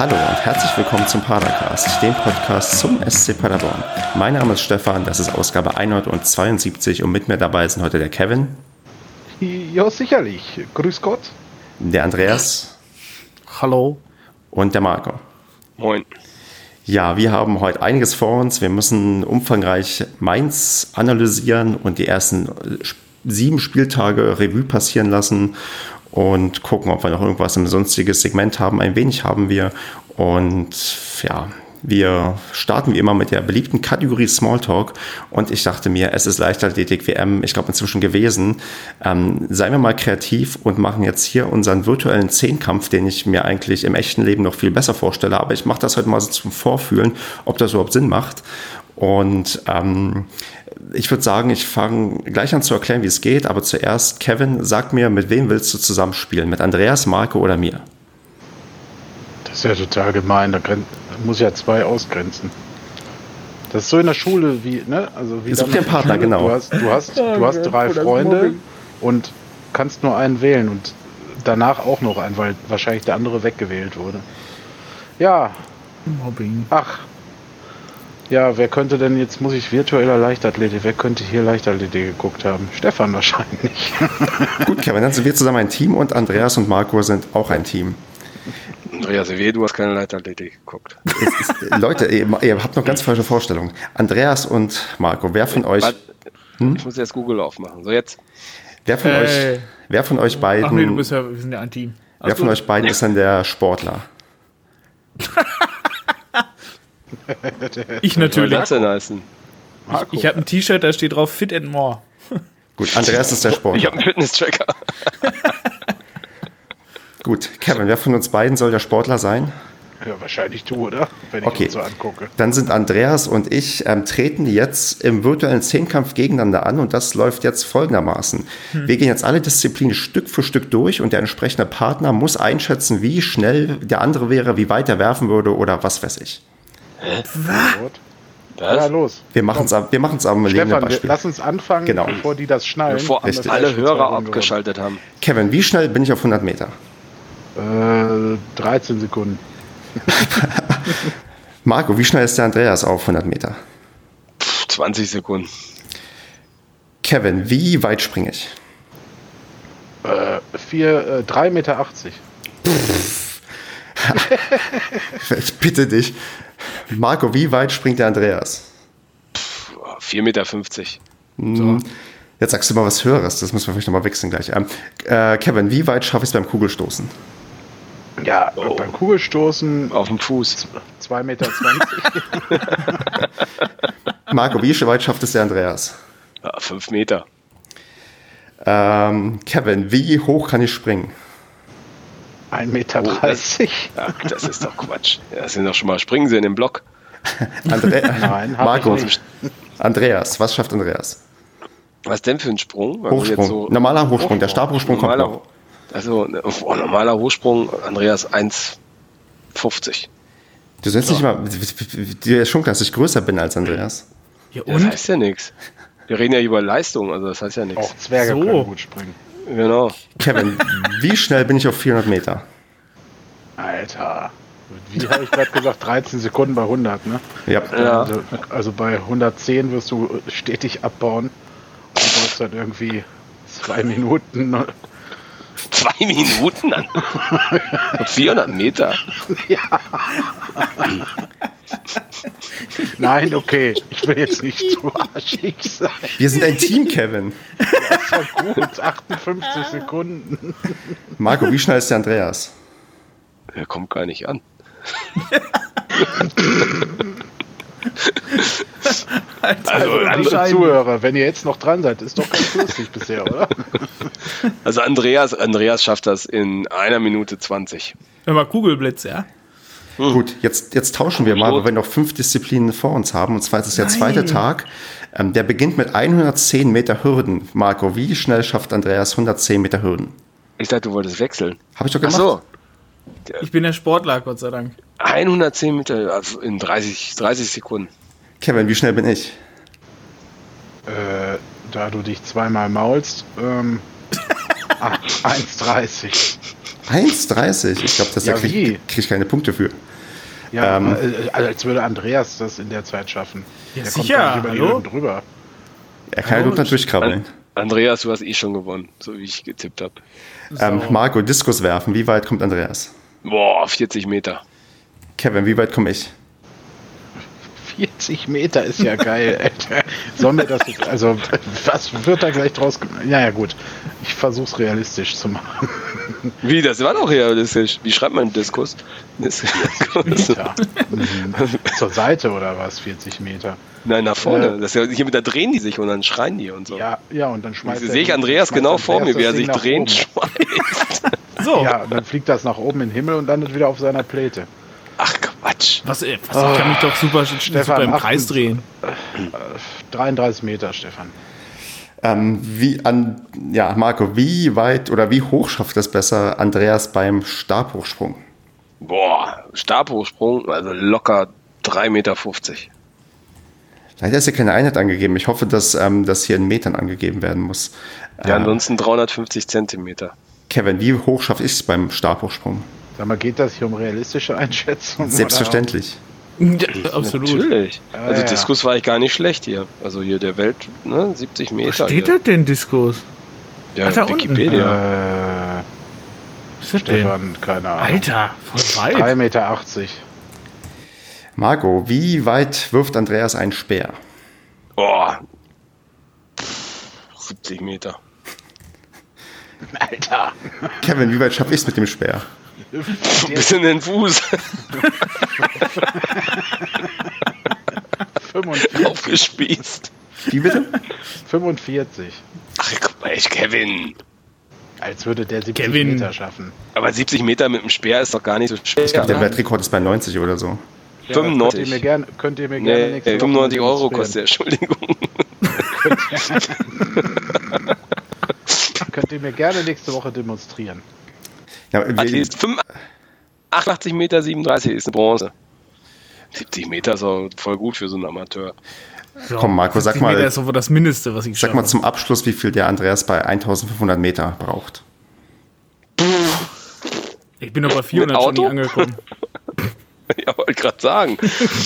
Hallo und herzlich willkommen zum Padercast, dem Podcast zum SC Paderborn. Mein Name ist Stefan, das ist Ausgabe 172 und mit mir dabei sind heute der Kevin. Ja, sicherlich. Grüß Gott. Der Andreas. Hallo. Und der Marco. Moin. Ja, wir haben heute einiges vor uns. Wir müssen umfangreich Mainz analysieren und die ersten 7 Spieltage Revue passieren lassen und gucken, ob wir noch irgendwas im sonstiges Segment haben. Ein wenig haben wir. Und ja, wir starten wie immer mit der beliebten Kategorie Smalltalk. Und ich dachte mir, es ist Leichtathletik-WM, ich glaube inzwischen gewesen. Seien wir mal kreativ und machen jetzt hier unseren virtuellen Zehnkampf, den ich mir eigentlich im echten Leben noch viel besser vorstelle. Aber ich mache das heute mal so zum Vorfühlen, ob das überhaupt Sinn macht. Und ich würde sagen, ich fange gleich an zu erklären, wie es geht. Aber zuerst, Kevin, sag mir, mit wem willst du zusammenspielen? Mit Andreas, Marco oder mir? Das ist ja total gemein. Da muss ja 2 ausgrenzen. Das ist so in der Schule wie, ne? Also wie Such dir einen Partner, Schule. genau. Du hast 3 Freunde und kannst nur einen wählen und danach auch noch einen, weil wahrscheinlich der andere weggewählt wurde. Ja. Mobbing. Ach. Ja, wer könnte denn jetzt, muss ich virtueller Leichtathletik, wer könnte hier Leichtathletik geguckt haben? Stefan wahrscheinlich. Gut, Kevin, dann sind wir zusammen ein Team und Andreas und Marco sind auch ein Team. Andreas, du hast keine Leichtathletik geguckt. Leute, ihr habt noch ganz falsche Vorstellungen. Andreas und Marco, wer von euch... Ich muss jetzt Google aufmachen. So, jetzt. Wer von euch beiden... Ach nee, wir sind ja ein Team. Wer von euch beiden ist denn der Sportler? Ich natürlich. Ich Ich habe ein T-Shirt, da steht drauf Fit and More. Gut, Andreas ist der Sportler. habe einen Fitness-Tracker. Gut, Kevin, wer von uns beiden soll der Sportler sein? Ja, wahrscheinlich du, oder? Wenn ich Okay, uns so angucke. dann sind Andreas und ich treten jetzt im virtuellen Zehnkampf gegeneinander an und das läuft jetzt folgendermaßen. Wir gehen jetzt alle Disziplinen Stück für Stück durch und der entsprechende Partner muss einschätzen, wie schnell der andere wäre, wie weit er werfen würde oder was weiß ich. Ja, los. Wir machen es am lebenden Stefan, Beispiel. lass uns anfangen, Genau. bevor die das schnallen. Bevor Richtig. alle Hörer abgeschaltet haben. Kevin, wie schnell bin ich auf 100 Meter? 13 Sekunden. Marco, wie schnell ist der Andreas auf 100 Meter? 20 Sekunden. Kevin, wie weit springe ich? 3,80 Meter. Ich bitte dich. Marco, wie weit springt der Andreas? 4,50 Meter. Jetzt sagst du mal was Höheres, das müssen wir vielleicht nochmal wechseln gleich. Kevin, wie weit schaffe ich es beim Kugelstoßen? Ja, beim Kugelstoßen Auf dem Fuß. 2,20 Meter. Marco, wie weit schafft es der Andreas? 5 Meter. Kevin, wie hoch kann ich springen? 1,30 Meter. Ach, das ist doch Quatsch. Das sind doch schon mal, springen Sie in den Block. Nein, hab Marco, ich nicht. Andreas, was schafft Andreas? Was denn für ein Sprung? Also Hochsprung, jetzt so normaler Hochsprung, der Stabhochsprung kommt noch. Normaler Hochsprung, Andreas 1,50. Du sollst nicht mal, dir ist schon klar, dass ich größer bin als Andreas. Ja, Das und? heißt ja nichts. Wir reden ja über Leistung, also das heißt ja nichts. Auch Zwerge So. können gut springen. Genau. Kevin, wie schnell bin ich auf 400 Meter? Alter. Wie habe ich gerade gesagt? 13 Sekunden bei 100, ne? Ja. Ja. Also bei 110 wirst du stetig abbauen. Und brauchst dann irgendwie 2 Minuten. 2 Minuten an 400 Meter. Nein, okay. Ich will jetzt nicht zu arschig sein. Wir sind ein Team, Kevin. Das ist ja gut. 58 Sekunden. Marco, wie schnell ist der Andreas? Er kommt gar nicht an. Also, liebe Zuhörer, wenn ihr jetzt noch dran seid, ist doch ganz lustig bisher, oder? Also Andreas schafft das in 1 Minute 20. Hör mal, Kugelblitz, ja? Gut, jetzt tauschen wir mal, weil wir noch 5 Disziplinen vor uns haben. Und zwar ist es der zweite Tag. Der beginnt mit 110 Meter Hürden. Marco, wie schnell schafft Andreas 110 Meter Hürden? Ich dachte, du wolltest wechseln. Habe ich doch Ach gemacht. so. Ich bin der Sportler, Gott sei Dank. 110 Meter also in 30 Sekunden. Kevin, wie schnell bin ich? Da du dich zweimal maulst, 1,30. 1,30? Ich glaube, das Ja, kriege wie? ich keine Punkte für. Ja, als würde Andreas das in der Zeit schaffen. Ja, der sicher, kommt hallo? Drüber. Er kann ja gut natürlich krabbeln. Andreas, du hast schon gewonnen, so wie ich getippt habe. Marco, Diskus werfen. Wie weit kommt Andreas? Boah, 40 Meter. Kevin, wie weit komme ich? 40 Meter ist ja geil, Alter. Sollen wir das jetzt, also, was wird da gleich draus? Ja, gut. Ich versuch's realistisch zu machen. Wie, das war doch realistisch. Wie schreibt man Diskus? Meter. Zur Seite oder was? 40 Meter. Nein, nach vorne. Das ist ja, hier, da drehen die sich und dann schreien die und so. Ja, und dann schmeißt sehe ich Andreas genau vor mir, wie er sich dreht und schmeißt. So. Ja, und dann fliegt das nach oben in den Himmel und landet wieder auf seiner Pläte. Ach, Quatsch. Ich kann mich doch super im Kreis drehen. 33 Meter, Stefan. Marco, wie weit oder wie hoch schafft es besser Andreas beim Stabhochsprung? Boah, Stabhochsprung, also locker 3,50 Meter. Leider ist ja keine Einheit angegeben. Ich hoffe, dass das hier in Metern angegeben werden muss. Ja, ansonsten 350 Zentimeter. Kevin, wie hoch schaffe ich es beim Stabhochsprung? Sag mal, geht das hier um realistische Einschätzungen? Selbstverständlich. Ja, absolut. Natürlich. Also Diskus war ich gar nicht schlecht hier. Also hier der Welt, 70 Meter. Wo steht da denn Diskus? Ja, da Wikipedia. Stefan, keine Ahnung. Alter, voll weit. 3,80 Meter. Marco, wie weit wirft Andreas einen Speer? Oh. 70 Meter. Alter. Kevin, wie weit schaffe ich es mit dem Speer? Bis in den Fuß. 45. Aufgespießt. Wie bitte? 45. Ach, guck mal, Kevin. Als würde der 70 Meter schaffen. Aber 70 Meter mit dem Speer ist doch gar nicht so schwer. Ich glaube, der Weltrekord ist bei 90 oder so. Ja, 95. Könnt ihr mir gerne nächste Woche 95 Euro kostet der, Entschuldigung. Könnt ihr mir gerne nächste Woche demonstrieren. Ja, 88 Meter 37 ist eine Bronze. 70 Meter ist auch voll gut für so einen Amateur. So, komm, Marco, sag mal. Das ist aber das Mindeste, was ich Sag mal zum Abschluss, wie viel der Andreas bei 1500 Meter braucht. Ich bin aber 400 schon nie angekommen. Ja, wollte gerade sagen.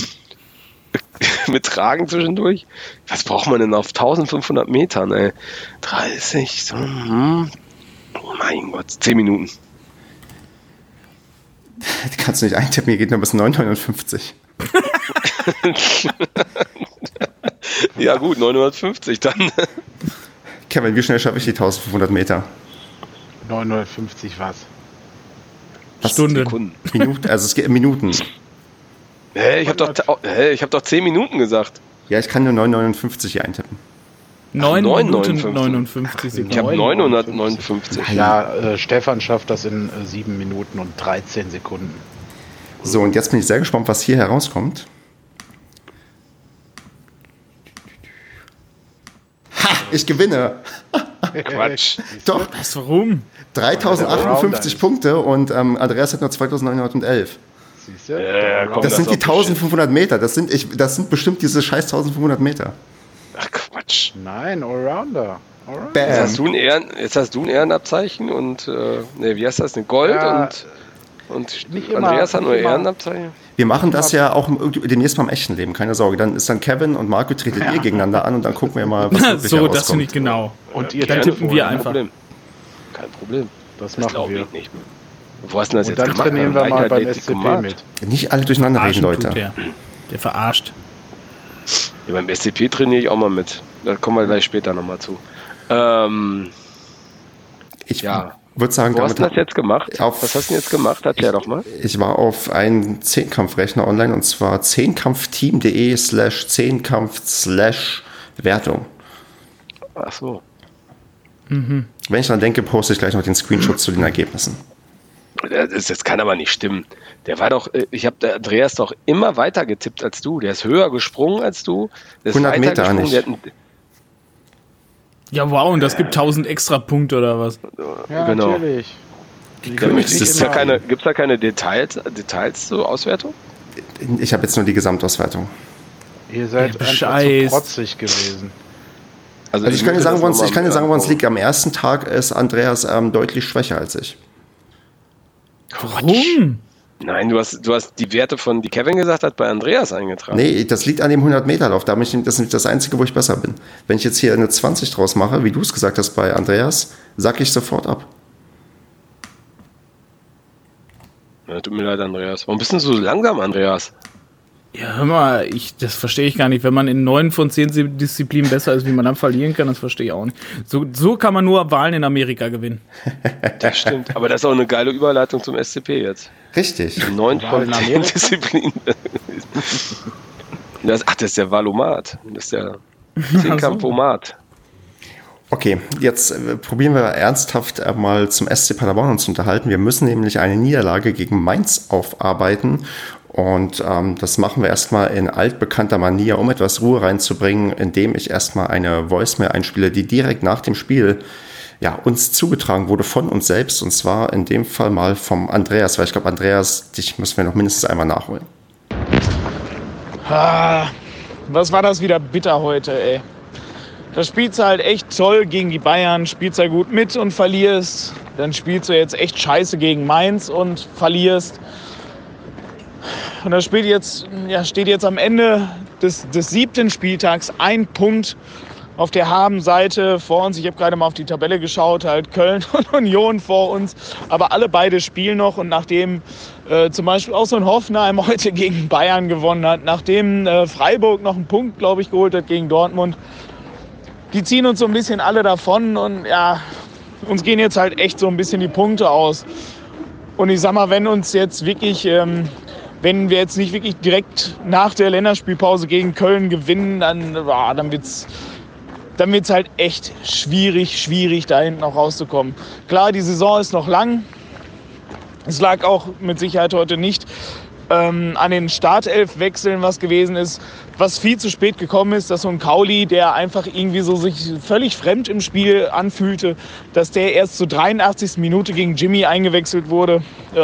Mit Tragen zwischendurch. Was braucht man denn auf 1500 Metern, ey? 30, so, mein Gott, 10 Minuten. Die kannst du nicht eintippen, hier geht nur bis 9,59. Ja gut, 950 dann. Kevin, wie schnell schaffe ich die 1500 Meter? 950 was? Stunden. Minuten, also es geht in Minuten. Ich hab doch 10 Minuten gesagt. Ja, ich kann nur 9,59 hier eintippen. 9 Minuten 59 Sekunden. Ich habe 959. Ja, Stefan schafft das in 7 Minuten und 13 Sekunden. So, und jetzt bin ich sehr gespannt, was hier herauskommt. Ha, ich gewinne. Quatsch. Doch, Warum? 3058 Punkte und Andreas hat nur 2911. Siehst du? Komm, Das sind die 1500 Meter. Das sind bestimmt diese scheiß 1500 Meter. Ach Quatsch. Nein, Allrounder. Bam. Jetzt hast du ein Ehrenabzeichen und wie heißt das? Eine Gold Ja, und nicht immer, Andreas hat nur nicht immer. Ehrenabzeichen. Wir machen das ja auch demnächst mal im echten Leben, keine Sorge. Dann ist dann Kevin und Marco tretet ihr gegeneinander an und dann gucken wir mal, was wirklich So, herauskommt. das finde ich genau. Und ihr Dann tippen wir Kein einfach. Problem. Kein Problem. Das machen glaube wir. ich nicht. Wo hast du das Und jetzt dann gemacht? trainieren wir mal beim Leichtathletik SCP gemacht? mit. Nicht alle durcheinander reden, Verarschen tut Leute. der verarscht. Ja, beim SCP trainiere ich auch mal mit. Da kommen wir gleich später nochmal zu. Ich Ja. würde sagen, Wo hast du das jetzt gemacht? auf- Was hast du denn jetzt gemacht? Erklär doch mal. Ich war auf einen Zehnkampfrechner online und zwar zehnkampfteam.de/zehnkampf/Wertung. Ach so. Wenn ich dran denke, poste ich gleich noch den Screenshot zu den Ergebnissen. Das kann aber nicht stimmen. Der war doch, der Andreas doch immer weiter getippt als du. Der ist höher gesprungen als du. Der ist 100 weiter Meter gesprungen. nicht. Der hat Ja, wow, und das gibt 1000 extra Punkte oder was? Ja, Genau. natürlich. Königsliste. Gibt es da keine Details zur Auswertung? Ich habe jetzt nur die Gesamtauswertung. Ihr seid Ja, einfach zu bescheißt. protzig gewesen. Also ich kann dir sagen, woran es liegt. Am ersten Tag ist Andreas deutlich schwächer als ich. Warum? Nein, du hast die Werte die Kevin gesagt hat, bei Andreas eingetragen. Nee, das liegt an dem 100-Meter-Lauf. Das ist nicht das Einzige, wo ich besser bin. Wenn ich jetzt hier eine 20 draus mache, wie du es gesagt hast bei Andreas, sag ich sofort ab. Ja, tut mir leid, Andreas. Warum bist du so langsam, Andreas? Ja, hör mal, das verstehe ich gar nicht. Wenn man in 9 von 10 Disziplinen besser ist, wie man dann verlieren kann, das verstehe ich auch nicht. So kann man nur Wahlen in Amerika gewinnen. Das stimmt. Aber das ist auch eine geile Überleitung zum SCP jetzt. Richtig. 9 von 10 Disziplinen. Das ist der Valomat. Das ist der Zehnkampfomat. Okay, jetzt probieren wir ernsthaft mal zum SC Paderborn uns zu unterhalten. Wir müssen nämlich eine Niederlage gegen Mainz aufarbeiten. Und das machen wir erstmal in altbekannter Manier, um etwas Ruhe reinzubringen, indem ich erstmal eine Voicemail einspiele, die direkt nach dem Spiel uns zugetragen wurde von uns selbst. Und zwar in dem Fall mal vom Andreas, weil ich glaube, Andreas, dich müssen wir noch mindestens einmal nachholen. Was war das wieder bitter heute, ey. Da spielst du halt echt toll gegen die Bayern, spielst du gut mit und verlierst. Dann spielst du jetzt echt scheiße gegen Mainz und verlierst. Und da steht jetzt am Ende des 7. Spieltags ein Punkt auf der Habenseite vor uns. Ich habe gerade mal auf die Tabelle geschaut, halt Köln und Union vor uns. Aber alle beide spielen noch. Und nachdem zum Beispiel auch so ein Hoffenheim heute gegen Bayern gewonnen hat, nachdem Freiburg noch einen Punkt, glaube ich, geholt hat gegen Dortmund, die ziehen uns so ein bisschen alle davon. Und ja, uns gehen jetzt halt echt so ein bisschen die Punkte aus. Und ich sag mal, wenn wir jetzt nicht wirklich direkt nach der Länderspielpause gegen Köln gewinnen, dann wird's halt echt schwierig, da hinten auch rauszukommen. Klar, die Saison ist noch lang. Es lag auch mit Sicherheit heute nicht an den Startelfwechseln was gewesen ist. Was viel zu spät gekommen ist, dass so ein Kauli, der einfach irgendwie so sich völlig fremd im Spiel anfühlte, dass der erst zur 83. Minute gegen Jimmy ausgewechselt wurde.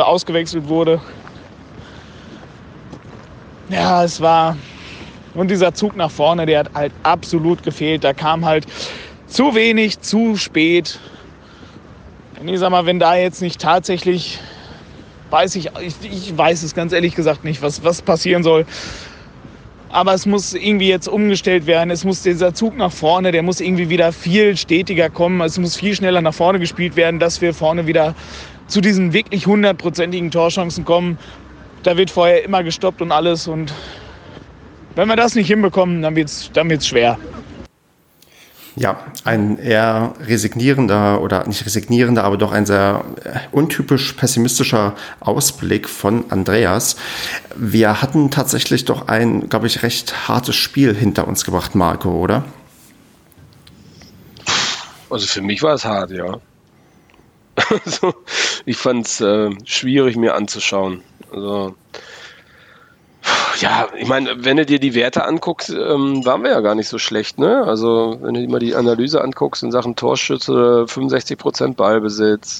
Ja, es war... Und dieser Zug nach vorne, der hat halt absolut gefehlt. Da kam halt zu wenig, zu spät. Und ich sag mal, wenn da jetzt nicht tatsächlich... Ich weiß es ganz ehrlich gesagt nicht, was passieren soll. Aber es muss irgendwie jetzt umgestellt werden. Es muss dieser Zug nach vorne, der muss irgendwie wieder viel stetiger kommen. Es muss viel schneller nach vorne gespielt werden, dass wir vorne wieder zu diesen wirklich 100%igen Torchancen kommen. Da wird vorher immer gestoppt und alles. Und wenn wir das nicht hinbekommen, dann wird's schwer. Ja, ein eher resignierender oder nicht resignierender, aber doch ein sehr untypisch pessimistischer Ausblick von Andreas. Wir hatten tatsächlich doch ein, glaube ich, recht hartes Spiel hinter uns gebracht, Marco, oder? Also für mich war es hart, ja. Also ich fand es schwierig mir anzuschauen. Also ja, ich meine, wenn du dir die Werte anguckst, waren wir ja gar nicht so schlecht, ne? Also wenn du dir mal die Analyse anguckst in Sachen Torschüsse, 65% Ballbesitz,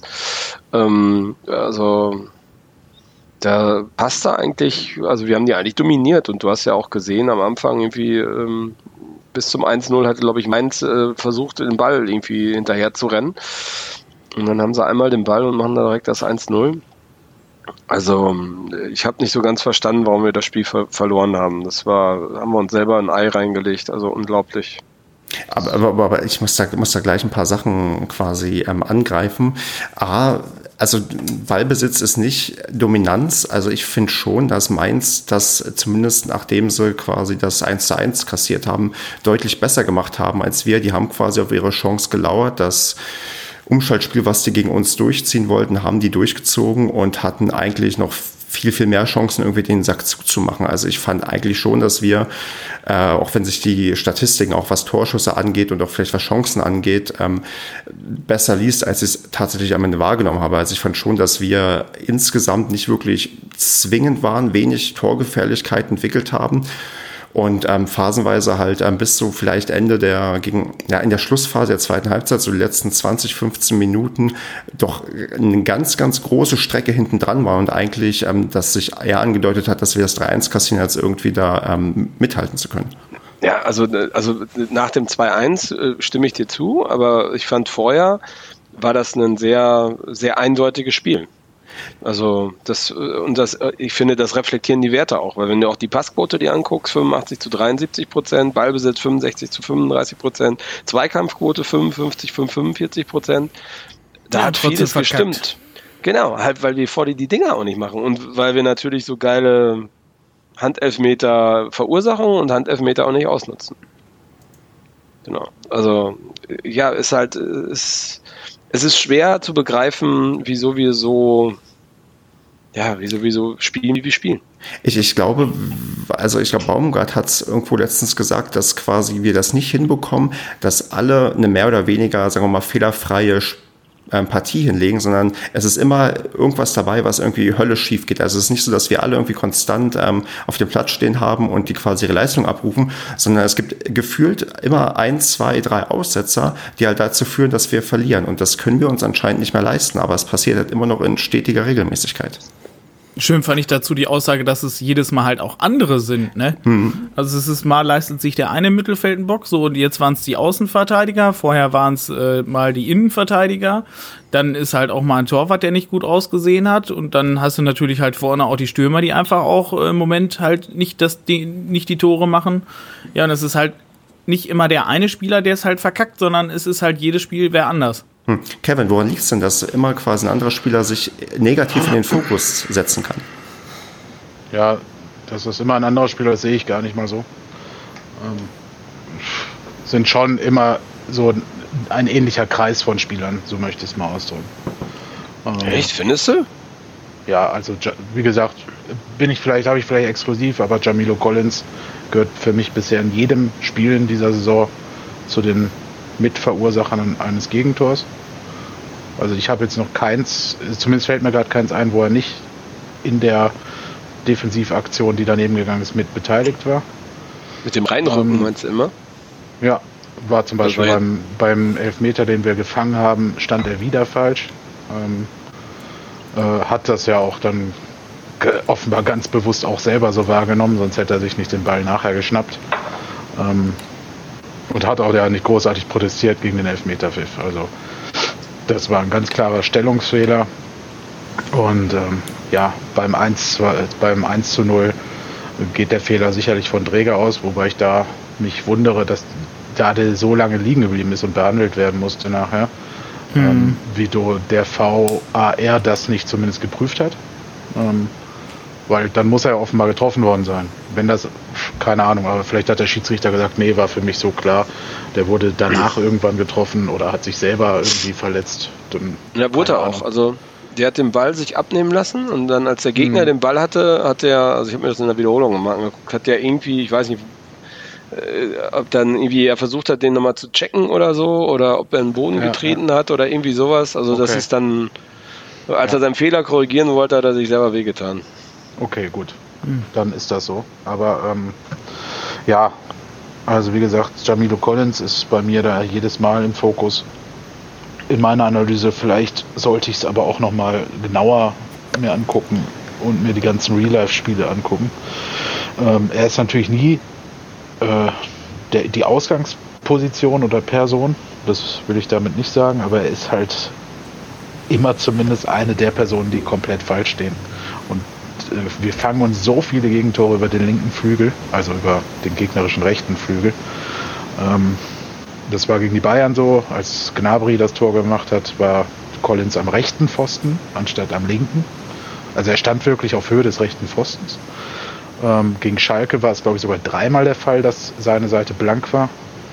also da passt da eigentlich, also wir haben die eigentlich dominiert und du hast ja auch gesehen am Anfang irgendwie bis zum 1-0 hatte, glaube ich, Mainz versucht, den Ball irgendwie hinterher zu rennen und dann haben sie einmal den Ball und machen da direkt das 1-0. Also ich habe nicht so ganz verstanden, warum wir das Spiel verloren haben. Haben wir uns selber ein Ei reingelegt, also unglaublich. Aber ich muss da gleich ein paar Sachen quasi angreifen. Also Ballbesitz ist nicht Dominanz. Also ich finde schon, dass Mainz das zumindest nachdem sie quasi das 1:1 kassiert haben, deutlich besser gemacht haben als wir. Die haben quasi auf ihre Chance gelauert, das Umschaltspiel, was die gegen uns durchziehen wollten, haben die durchgezogen und hatten eigentlich noch viel mehr Chancen, irgendwie den Sack zuzumachen. Also ich fand eigentlich schon, dass wir, auch wenn sich die Statistiken, auch was Torschüsse angeht und auch vielleicht was Chancen angeht, besser liest, als ich es tatsächlich am Ende wahrgenommen habe. Also ich fand schon, dass wir insgesamt nicht wirklich zwingend waren, wenig Torgefährlichkeit entwickelt haben. Und phasenweise halt bis zu vielleicht Ende in der Schlussphase der zweiten Halbzeit, so die letzten 20, 15 Minuten, doch eine ganz, ganz große Strecke hinten dran war und eigentlich das sich eher angedeutet hat, dass wir das 3:1 kassieren, als irgendwie da mithalten zu können. Ja, also nach dem 2:1 stimme ich dir zu, aber ich fand vorher war das ein sehr, sehr eindeutiges Spiel. Also ich finde, das reflektieren die Werte auch, weil wenn du auch die Passquote dir anguckst, 85-73%, Ballbesitz 65-35%, Zweikampfquote 55-45%, da hat vieles gestimmt. Genau, halt, weil wir vor die Dinger auch nicht machen und weil wir natürlich so geile Handelfmeter Verursachung und Handelfmeter auch nicht ausnutzen. Genau. Also, ja, es ist schwer zu begreifen, wieso wir so spielen, wie wir spielen. Ich glaube, Baumgart hat es irgendwo letztens gesagt, dass quasi wir das nicht hinbekommen, dass alle eine mehr oder weniger, sagen wir mal, fehlerfreie Partie hinlegen, sondern es ist immer irgendwas dabei, was irgendwie höllisch schief geht. Also es ist nicht so, dass wir alle irgendwie konstant auf dem Platz stehen haben und die quasi ihre Leistung abrufen, sondern es gibt gefühlt immer 1, 2, 3 Aussetzer, die halt dazu führen, dass wir verlieren. Und das können wir uns anscheinend nicht mehr leisten, aber es passiert halt immer noch in stetiger Regelmäßigkeit. Schön fand ich dazu die Aussage, dass es jedes Mal halt auch andere sind, ne? Also es ist mal leistet sich der eine im Mittelfeld einen Bock, so, und jetzt waren es die Außenverteidiger, vorher waren es mal die Innenverteidiger, dann ist halt auch mal ein Torwart, der nicht gut ausgesehen hat, und dann hast du natürlich halt vorne auch die Stürmer, die einfach auch im Moment halt nicht die Tore machen. Ja, und es ist halt nicht immer der eine Spieler, der es halt verkackt, sondern es ist halt jedes Spiel wer anders. Kevin, woran liegt es denn, dass immer quasi ein anderer Spieler sich negativ in den Fokus setzen kann? Ja, dass das immer ein anderer Spieler ist, sehe ich gar nicht mal so. Sind schon immer so ein ähnlicher Kreis von Spielern, so möchte ich es mal ausdrücken. Echt, findest du? Ja, also wie gesagt, habe ich vielleicht exklusiv, aber Jamilo Collins gehört für mich bisher in jedem Spiel in dieser Saison zu den Mitverursachern eines Gegentors. Also ich habe jetzt noch keins, zumindest fällt mir gerade keins ein, wo er nicht in der Defensivaktion, die daneben gegangen ist, mit beteiligt war. Mit dem Reinrücken meinst du immer? Ja, war zum Beispiel beim Elfmeter, den wir gefangen haben, stand er wieder falsch. Hat das ja auch dann offenbar ganz bewusst auch selber so wahrgenommen, sonst hätte er sich nicht den Ball nachher geschnappt. Und hat auch ja nicht großartig protestiert gegen den Elfmeterpfiff. Also das war ein ganz klarer Stellungsfehler. Und beim 1:0 geht der Fehler sicherlich von Dräger aus, wobei ich da mich wundere, dass da der so lange liegen geblieben ist und behandelt werden musste nachher. Wie der VAR das nicht zumindest geprüft hat. Weil dann muss er ja offenbar getroffen worden sein. Wenn das, keine Ahnung, aber vielleicht hat der Schiedsrichter gesagt, nee, war für mich so klar. Der wurde danach irgendwann getroffen oder hat sich selber irgendwie verletzt. Ja, wurde er auch. Also der hat den Ball sich abnehmen lassen und dann, als der Gegner den Ball hatte, hat er, also ich habe mir das in der Wiederholung mal angeguckt, hat der irgendwie, ich weiß nicht, ob dann irgendwie er versucht hat, den nochmal zu checken oder so, oder ob er in den Boden getreten hat oder irgendwie sowas. Also das ist dann, als er seinen Fehler korrigieren wollte, hat er sich selber wehgetan. Okay, gut. Dann ist das so. Aber also wie gesagt, Jamilo Collins ist bei mir da jedes Mal im Fokus. In meiner Analyse, vielleicht sollte ich es aber auch nochmal genauer mir angucken und mir die ganzen Real-Life-Spiele angucken. Er ist natürlich nie die Ausgangsposition oder Person, das will ich damit nicht sagen, aber er ist halt immer zumindest eine der Personen, die komplett falsch stehen. Und wir fangen uns so viele Gegentore über den linken Flügel, also über den gegnerischen rechten Flügel. Das war gegen die Bayern so, als Gnabry das Tor gemacht hat, war Collins am rechten Pfosten anstatt am linken. Also er stand wirklich auf Höhe des rechten Pfostens. Gegen Schalke war es, glaube ich, sogar 3-mal der Fall, dass seine Seite blank war.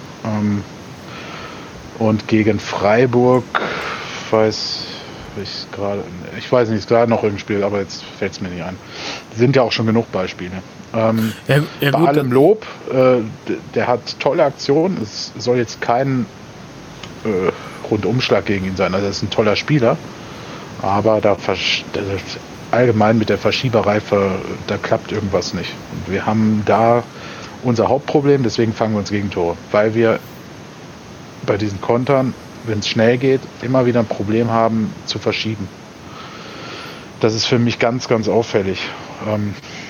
Und gegen Freiburg ich weiß nicht, ist gerade noch im Spiel, aber jetzt fällt es mir nicht ein. Sind ja auch schon genug Beispiele. Bei allem Lob, der hat tolle Aktionen. Es soll jetzt kein Rundumschlag gegen ihn sein. Also er ist ein toller Spieler, aber allgemein mit der Verschieberei, da klappt irgendwas nicht. Und wir haben da unser Hauptproblem, deswegen fangen wir uns Gegentore. Weil wir bei diesen Kontern, wenn es schnell geht, immer wieder ein Problem haben zu verschieben. Das ist für mich ganz, ganz auffällig.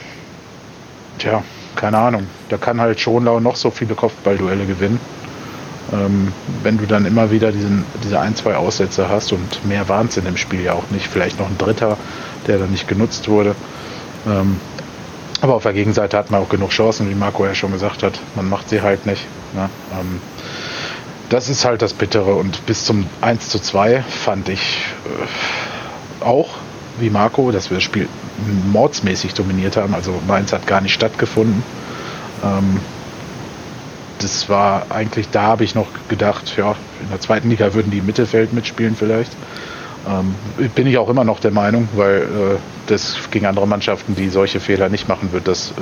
Keine Ahnung. Da kann halt Schonlau noch so viele Kopfballduelle gewinnen. Wenn du dann immer wieder diese 1-2 Aussätze hast, und mehr waren es in dem Spiel ja auch nicht, vielleicht noch ein dritter, der dann nicht genutzt wurde. Aber auf der Gegenseite hat man auch genug Chancen, wie Marco ja schon gesagt hat. Man macht sie halt nicht. Ne? Das ist halt das Bittere. Und bis zum 1:2 fand ich auch, wie Marco, dass wir das Spiel mordsmäßig dominiert haben. Also Mainz hat gar nicht stattgefunden. Das war eigentlich, da habe ich noch gedacht, ja, in der zweiten Liga würden die im Mittelfeld mitspielen vielleicht. Bin ich auch immer noch der Meinung, weil das gegen andere Mannschaften, die solche Fehler nicht machen, wird das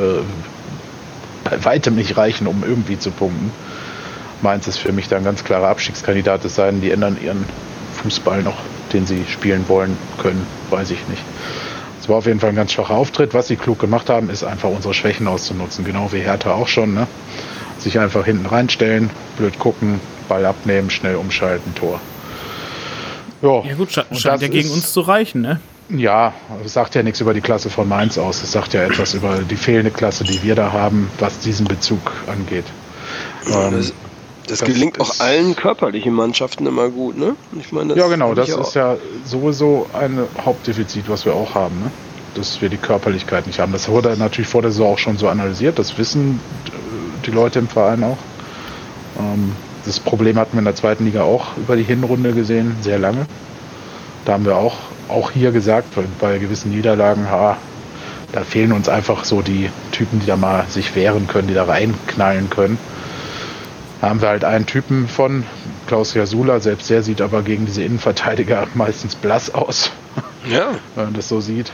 bei weitem nicht reichen, um irgendwie zu punkten. Mainz ist für mich da ein ganz klarer Abstiegskandidat, es sei denn, die ändern ihren Fußball noch, den sie spielen wollen können, weiß ich nicht. Es war auf jeden Fall ein ganz schwacher Auftritt. Was sie klug gemacht haben, ist einfach unsere Schwächen auszunutzen, genau wie Hertha auch schon, ne? Sich einfach hinten reinstellen, blöd gucken, Ball abnehmen, schnell umschalten, Tor. Ja gut, scheint ja gegen uns zu reichen, ne? Ja, das sagt ja nichts über die Klasse von Mainz aus. Das sagt ja etwas über die fehlende Klasse, die wir da haben, was diesen Bezug angeht. Das gelingt auch allen körperlichen Mannschaften immer gut, ne? Ich meine, ja, genau, das ist ja sowieso ein Hauptdefizit, was wir auch haben, ne? Dass wir die Körperlichkeit nicht haben. Das wurde natürlich vor der Saison auch schon so analysiert, das wissen die Leute im Verein auch. Das Problem hatten wir in der zweiten Liga auch über die Hinrunde gesehen, sehr lange. Da haben wir auch hier gesagt, bei gewissen Niederlagen, da fehlen uns einfach so die Typen, die da mal sich wehren können, die da reinknallen können. Da haben wir halt einen Typen von Klaus Jasula, selbst der sieht aber gegen diese Innenverteidiger meistens blass aus. Ja. Wenn man das so sieht.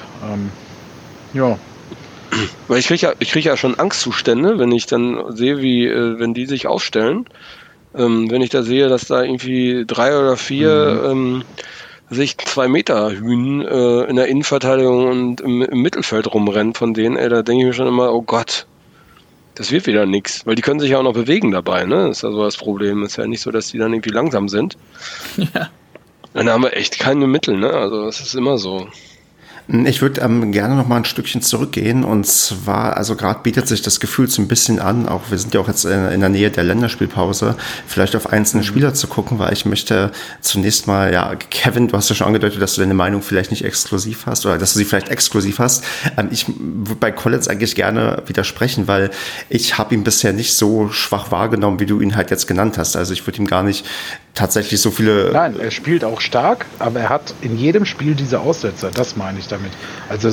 Ja. Weil ich krieg ja schon Angstzustände, wenn ich dann sehe, wenn die sich aufstellen. Wenn ich da sehe, dass da irgendwie 3 oder 4 sich 2 Meter Hühn in der Innenverteidigung und im Mittelfeld rumrennen von denen, da denke ich mir schon immer, oh Gott, das wird wieder nix. Weil die können sich ja auch noch bewegen dabei, ne? Das ist ja so das Problem. Es ist ja nicht so, dass die dann irgendwie langsam sind. Ja. Dann haben wir echt keine Mittel, ne? Also das ist immer so. Ich würde gerne noch mal ein Stückchen zurückgehen, und zwar, also gerade bietet sich das Gefühl so ein bisschen an, auch wir sind ja auch jetzt in der Nähe der Länderspielpause, vielleicht auf einzelne Spieler zu gucken, weil ich möchte zunächst mal, ja, Kevin, du hast ja schon angedeutet, dass du deine Meinung vielleicht nicht exklusiv hast oder dass du sie vielleicht exklusiv hast. Ich würde bei Collins eigentlich gerne widersprechen, weil ich habe ihn bisher nicht so schwach wahrgenommen, wie du ihn halt jetzt genannt hast. Also ich würde ihm gar nicht tatsächlich so viele... Nein, er spielt auch stark, aber er hat in jedem Spiel diese Aussetzer, das meine ich damit. Also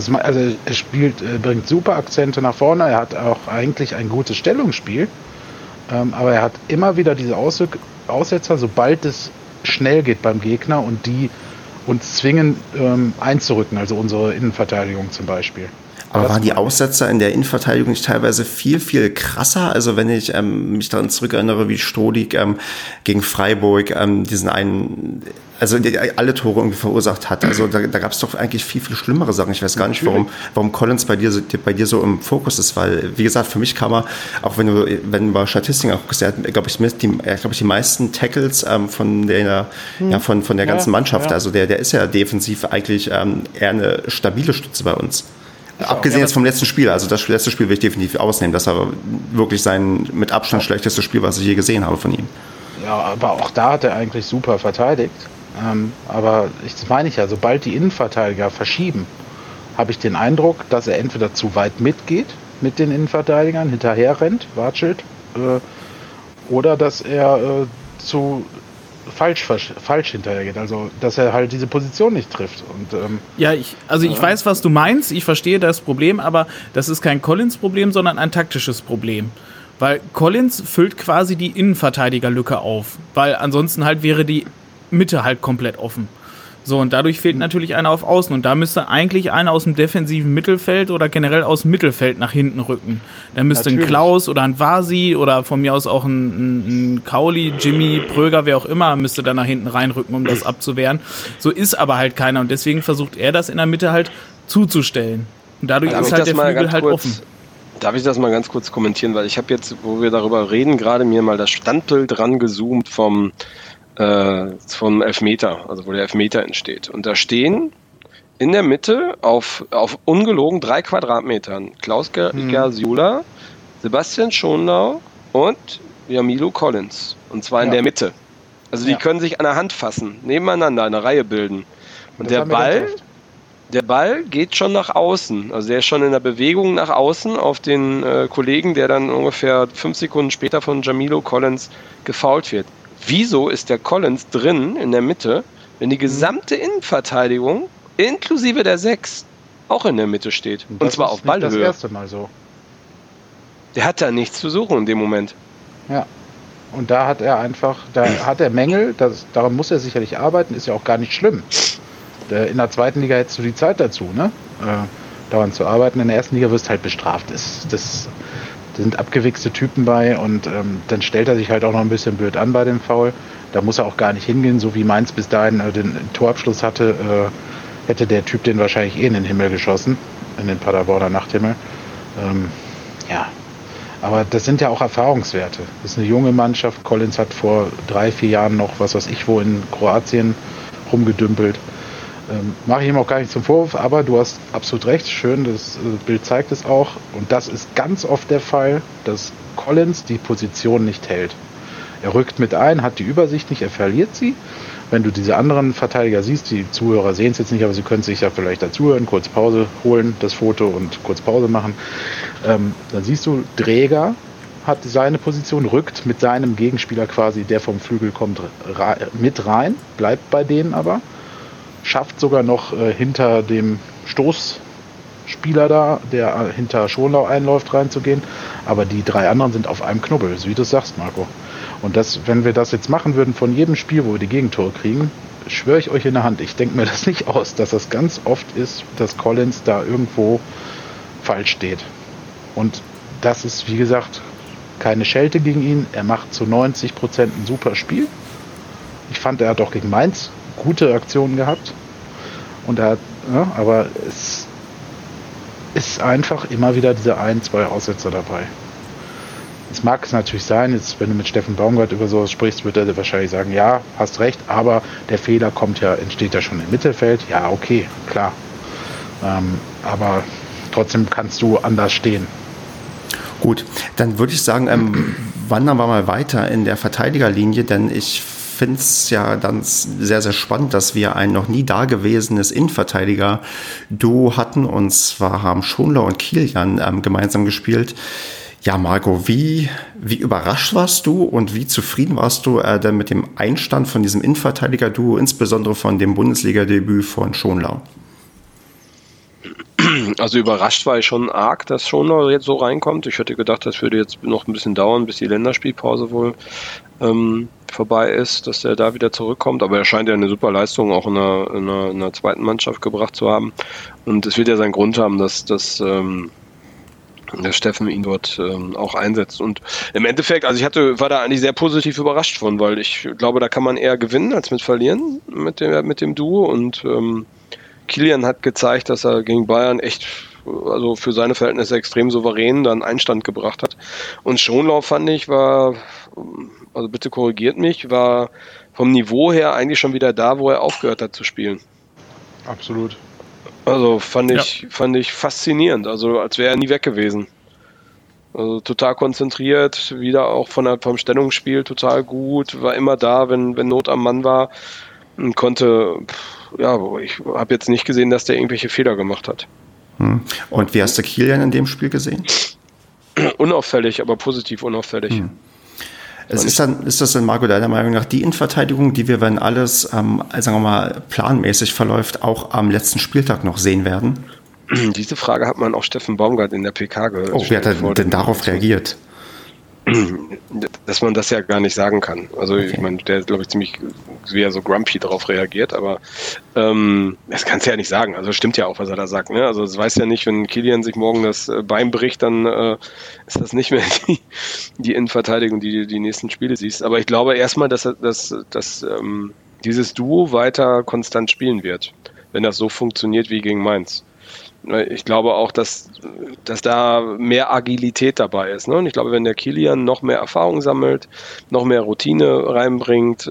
er bringt super Akzente nach vorne, er hat auch eigentlich ein gutes Stellungsspiel, aber er hat immer wieder diese Aussetzer, sobald es schnell geht beim Gegner und die uns zwingen einzurücken, also unsere Innenverteidigung zum Beispiel. Aber waren die Aussetzer in der Innenverteidigung nicht teilweise viel, viel krasser? Also wenn ich mich daran zurückerinnere, wie Stodig gegen Freiburg diesen einen, also alle Tore irgendwie verursacht hat. Also da gab es doch eigentlich viel, viel schlimmere Sachen. Ich weiß gar nicht, warum Collins bei dir so im Fokus ist, weil, wie gesagt, für mich kam er, auch wenn du mal Statistiken guckst, er hat, glaube ich, die meisten Tackles von der ganzen Mannschaft. Ja. Also der ist ja defensiv eigentlich eher eine stabile Stütze bei uns. Abgesehen jetzt vom letzten Spiel, also das letzte Spiel will ich definitiv ausnehmen. Das war wirklich sein mit Abstand schlechtestes Spiel, was ich je gesehen habe von ihm. Ja, aber auch da hat er eigentlich super verteidigt. Aber das meine ich ja, sobald die Innenverteidiger verschieben, habe ich den Eindruck, dass er entweder zu weit mitgeht mit den Innenverteidigern, hinterher rennt, watschelt, oder dass er zu falsch hinterhergeht, also dass er halt diese Position nicht trifft. Und, ich weiß, was du meinst, ich verstehe das Problem, aber das ist kein Collins-Problem, sondern ein taktisches Problem. Weil Collins füllt quasi die Innenverteidigerlücke auf, weil ansonsten halt wäre die Mitte halt komplett offen. So, und dadurch fehlt natürlich einer auf Außen. Und da müsste eigentlich einer aus dem defensiven Mittelfeld oder generell aus dem Mittelfeld nach hinten rücken. Da müsste ein Klaus oder ein Vasi oder von mir aus auch ein Kauli, Jimmy, Pröger, wer auch immer, müsste da nach hinten reinrücken, um das abzuwehren. So ist aber halt keiner. Und deswegen versucht er das in der Mitte halt zuzustellen. Und dadurch ist halt der Flügel halt offen. Darf ich das mal ganz kurz kommentieren? Weil ich habe jetzt, wo wir darüber reden, gerade mir mal das Standbild rangezoomt vom Elfmeter, also wo der Elfmeter entsteht. Und da stehen in der Mitte auf ungelogen 3 Quadratmetern Klaus Jasula, Sebastian Schonlau und Jamilo Collins. Und zwar in der Mitte. Also die können sich an der Hand fassen, nebeneinander eine Reihe bilden. Und der Ball geht schon nach außen. Also der ist schon in der Bewegung nach außen auf den Kollegen, der dann ungefähr 5 Sekunden später von Jamilo Collins gefoult wird. Wieso ist der Collins drin in der Mitte, wenn die gesamte Innenverteidigung inklusive der 6 auch in der Mitte steht? Und zwar auf Ballhöhe. Das erste Mal so. Der hat da nichts zu suchen in dem Moment. Ja. Und da hat er Mängel, daran muss er sicherlich arbeiten, ist ja auch gar nicht schlimm. In der zweiten Liga hättest du die Zeit dazu, ne? Daran zu arbeiten. In der ersten Liga wirst du halt bestraft. Das sind abgewichste Typen bei und dann stellt er sich halt auch noch ein bisschen blöd an bei dem Foul. Da muss er auch gar nicht hingehen, so wie Mainz bis dahin den Torabschluss hatte, hätte der Typ den wahrscheinlich in den Himmel geschossen, in den Paderborner Nachthimmel. Aber das sind ja auch Erfahrungswerte. Das ist eine junge Mannschaft. Collins hat vor 3-4 Jahren noch, was weiß ich, wo in Kroatien rumgedümpelt. Mache ich ihm auch gar nicht zum Vorwurf, aber du hast absolut recht. Schön, das Bild zeigt es auch. Und das ist ganz oft der Fall, dass Collins die Position nicht hält. Er rückt mit ein, hat die Übersicht nicht, er verliert sie. Wenn du diese anderen Verteidiger siehst, die Zuhörer sehen es jetzt nicht, aber sie können sich ja vielleicht dazuhören, kurz Pause holen, das Foto und kurz Pause machen. Dann siehst du, Dräger hat seine Position, rückt mit seinem Gegenspieler quasi, der vom Flügel kommt, mit rein, bleibt bei denen aber. Schafft sogar noch hinter dem Stoßspieler da, der hinter Schonlau einläuft, reinzugehen. Aber die 3 anderen sind auf einem Knubbel, so wie du es sagst, Marco. Und wenn wir das jetzt machen würden von jedem Spiel, wo wir die Gegentore kriegen, schwöre ich euch in der Hand, ich denke mir das nicht aus, dass das ganz oft ist, dass Collins da irgendwo falsch steht. Und das ist, wie gesagt, keine Schelte gegen ihn. Er macht zu 90% ein super Spiel. Ich fand, er hat auch gegen Mainz gute Aktionen gehabt. Und aber es ist einfach immer wieder diese 1-2 Aussetzer dabei. Es mag es natürlich sein, jetzt, wenn du mit Steffen Baumgart über sowas sprichst, wird er wahrscheinlich sagen, ja, hast recht, aber der Fehler entsteht ja schon im Mittelfeld. Ja, okay, klar. Aber trotzdem kannst du anders stehen. Gut, dann würde ich sagen, wandern wir mal weiter in der Verteidigerlinie, denn ich finde es ja dann sehr, sehr spannend, dass wir ein noch nie dagewesenes Innenverteidiger-Duo hatten, und zwar haben Schonlau und Kilian gemeinsam gespielt. Ja, Marco, wie überrascht warst du und wie zufrieden warst du denn mit dem Einstand von diesem Innenverteidiger-Duo, insbesondere von dem Bundesliga-Debüt von Schonlau? Also überrascht war ich schon arg, dass Schonlau jetzt so reinkommt. Ich hätte gedacht, das würde jetzt noch ein bisschen dauern, bis die Länderspielpause wohl vorbei ist, dass er da wieder zurückkommt. Aber er scheint ja eine super Leistung auch in einer zweiten Mannschaft gebracht zu haben. Und es wird ja seinen Grund haben, dass der Steffen ihn dort auch einsetzt. Und im Endeffekt, also war da eigentlich sehr positiv überrascht von, weil ich glaube, da kann man eher gewinnen als mit verlieren mit dem Duo. Und Kilian hat gezeigt, dass er gegen Bayern echt, also für seine Verhältnisse extrem souverän dann Einstand gebracht hat. Und Schonlau, fand ich, war, also bitte korrigiert mich, war vom Niveau her eigentlich schon wieder da, wo er aufgehört hat zu spielen. Absolut. Also fand ich faszinierend, also als wäre er nie weg gewesen. Also total konzentriert, wieder auch vom Stellungsspiel total gut, war immer da, wenn Not am Mann war und konnte, ich habe jetzt nicht gesehen, dass der irgendwelche Fehler gemacht hat. Und wie hast du Kilian in dem Spiel gesehen? Unauffällig, aber positiv unauffällig. Ist das denn, Marco, deiner Meinung nach die Innenverteidigung, die wir, wenn alles, sagen wir mal, planmäßig verläuft, auch am letzten Spieltag noch sehen werden? Diese Frage hat man auch Steffen Baumgart in der PK gehört. Oh, wer hat denn darauf reagiert? Dass man das ja gar nicht sagen kann. Also okay. Ich meine, der ist, glaube ich, ziemlich wie so grumpy darauf reagiert, aber das kannst du ja nicht sagen. Also stimmt ja auch, was er da sagt. Ne? Also es weiß ja nicht, wenn Kilian sich morgen das Bein bricht, dann ist das nicht mehr die Innenverteidigung, die nächsten Spiele siehst. Aber ich glaube erstmal, dass dieses Duo weiter konstant spielen wird, wenn das so funktioniert wie gegen Mainz. Ich glaube auch, dass da mehr Agilität dabei ist. Ne? Und ich glaube, wenn der Kilian noch mehr Erfahrung sammelt, noch mehr Routine reinbringt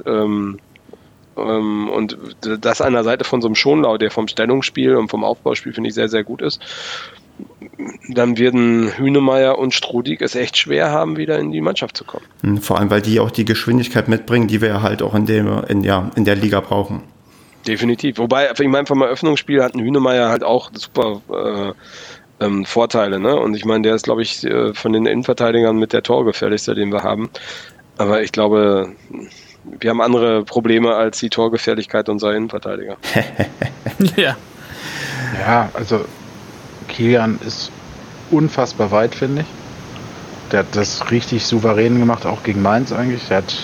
und das an der Seite von so einem Schonlau, der vom Stellungsspiel und vom Aufbauspiel, finde ich, sehr, sehr gut ist, dann werden Hünemeyer und Strudig es echt schwer haben, wieder in die Mannschaft zu kommen. Vor allem, weil die auch die Geschwindigkeit mitbringen, die wir ja halt auch in der Liga brauchen. Definitiv. Wobei, ich meine, vom Eröffnungsspiel hat ein Hünemeyer halt auch super Vorteile, ne? Und ich meine, der ist, glaube ich, von den Innenverteidigern mit der Torgefährlichste, den wir haben. Aber ich glaube, wir haben andere Probleme als die Torgefährlichkeit unserer Innenverteidiger. Ja. Ja, also Kilian ist unfassbar weit, finde ich. Der hat das richtig souverän gemacht, auch gegen Mainz eigentlich.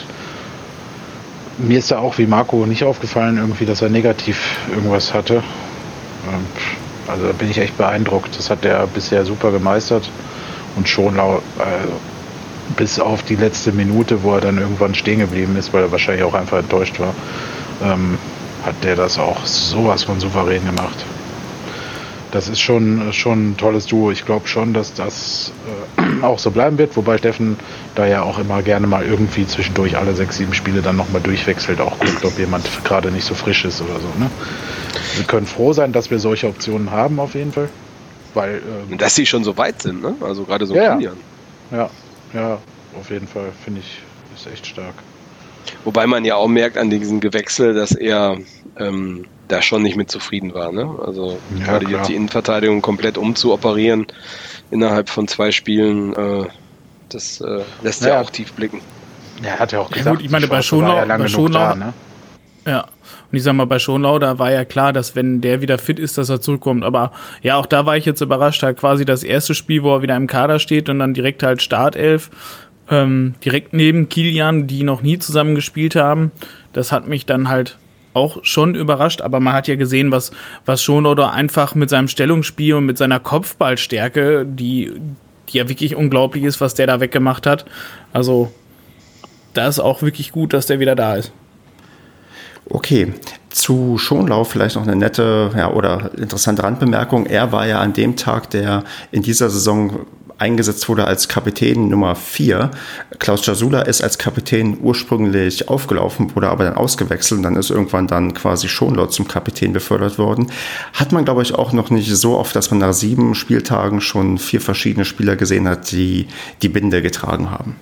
Mir ist ja auch wie Marco nicht aufgefallen, irgendwie, dass er negativ irgendwas hatte. Also da bin ich echt beeindruckt. Das hat er bisher super gemeistert. Und Schonlau, bis auf die letzte Minute, wo er dann irgendwann stehen geblieben ist, weil er wahrscheinlich auch einfach enttäuscht war, hat der das auch sowas von souverän gemacht. Das ist schon ein tolles Duo. Ich glaube schon, dass das auch so bleiben wird, wobei Steffen da ja auch immer gerne mal irgendwie zwischendurch alle 6, 7 Spiele dann nochmal durchwechselt. Auch gut, ob jemand gerade nicht so frisch ist oder so. Ne? Wir können froh sein, dass wir solche Optionen haben auf jeden Fall. Weil, dass sie schon so weit sind, ne? Also gerade so Kilian. Ja, auf jeden Fall, finde ich, ist echt stark. Wobei man ja auch merkt an diesem Gewechsel, dass er da schon nicht mit zufrieden war. Ne? Also gerade jetzt die Innenverteidigung komplett umzuoperieren innerhalb von 2 Spielen, das lässt ja auch tief blicken. Ja, er hat ja auch gesagt, ja, gut, ich meine, bei Schonlau, ne? Ja, und ich sag mal, bei Schonlau, da war ja klar, dass wenn der wieder fit ist, dass er zurückkommt. Aber ja, auch da war ich jetzt überrascht, halt quasi das erste Spiel, wo er wieder im Kader steht und dann direkt halt Startelf, direkt neben Kilian, die noch nie zusammen gespielt haben. Das hat mich dann halt auch schon überrascht, aber man hat ja gesehen, was Schonlau da einfach mit seinem Stellungsspiel und mit seiner Kopfballstärke, die ja wirklich unglaublich ist, was der da weggemacht hat. Also, da ist auch wirklich gut, dass der wieder da ist. Okay, zu Schonlau vielleicht noch eine nette oder interessante Randbemerkung. Er war ja an dem Tag, der in dieser Saison eingesetzt wurde als Kapitän Nummer 4. Klaus Jasula ist als Kapitän ursprünglich aufgelaufen, wurde aber dann ausgewechselt und dann ist irgendwann dann quasi Schonlau zum Kapitän befördert worden. Hat man, glaube ich, auch noch nicht so oft, dass man nach 7 Spieltagen schon 4 verschiedene Spieler gesehen hat, die die Binde getragen haben.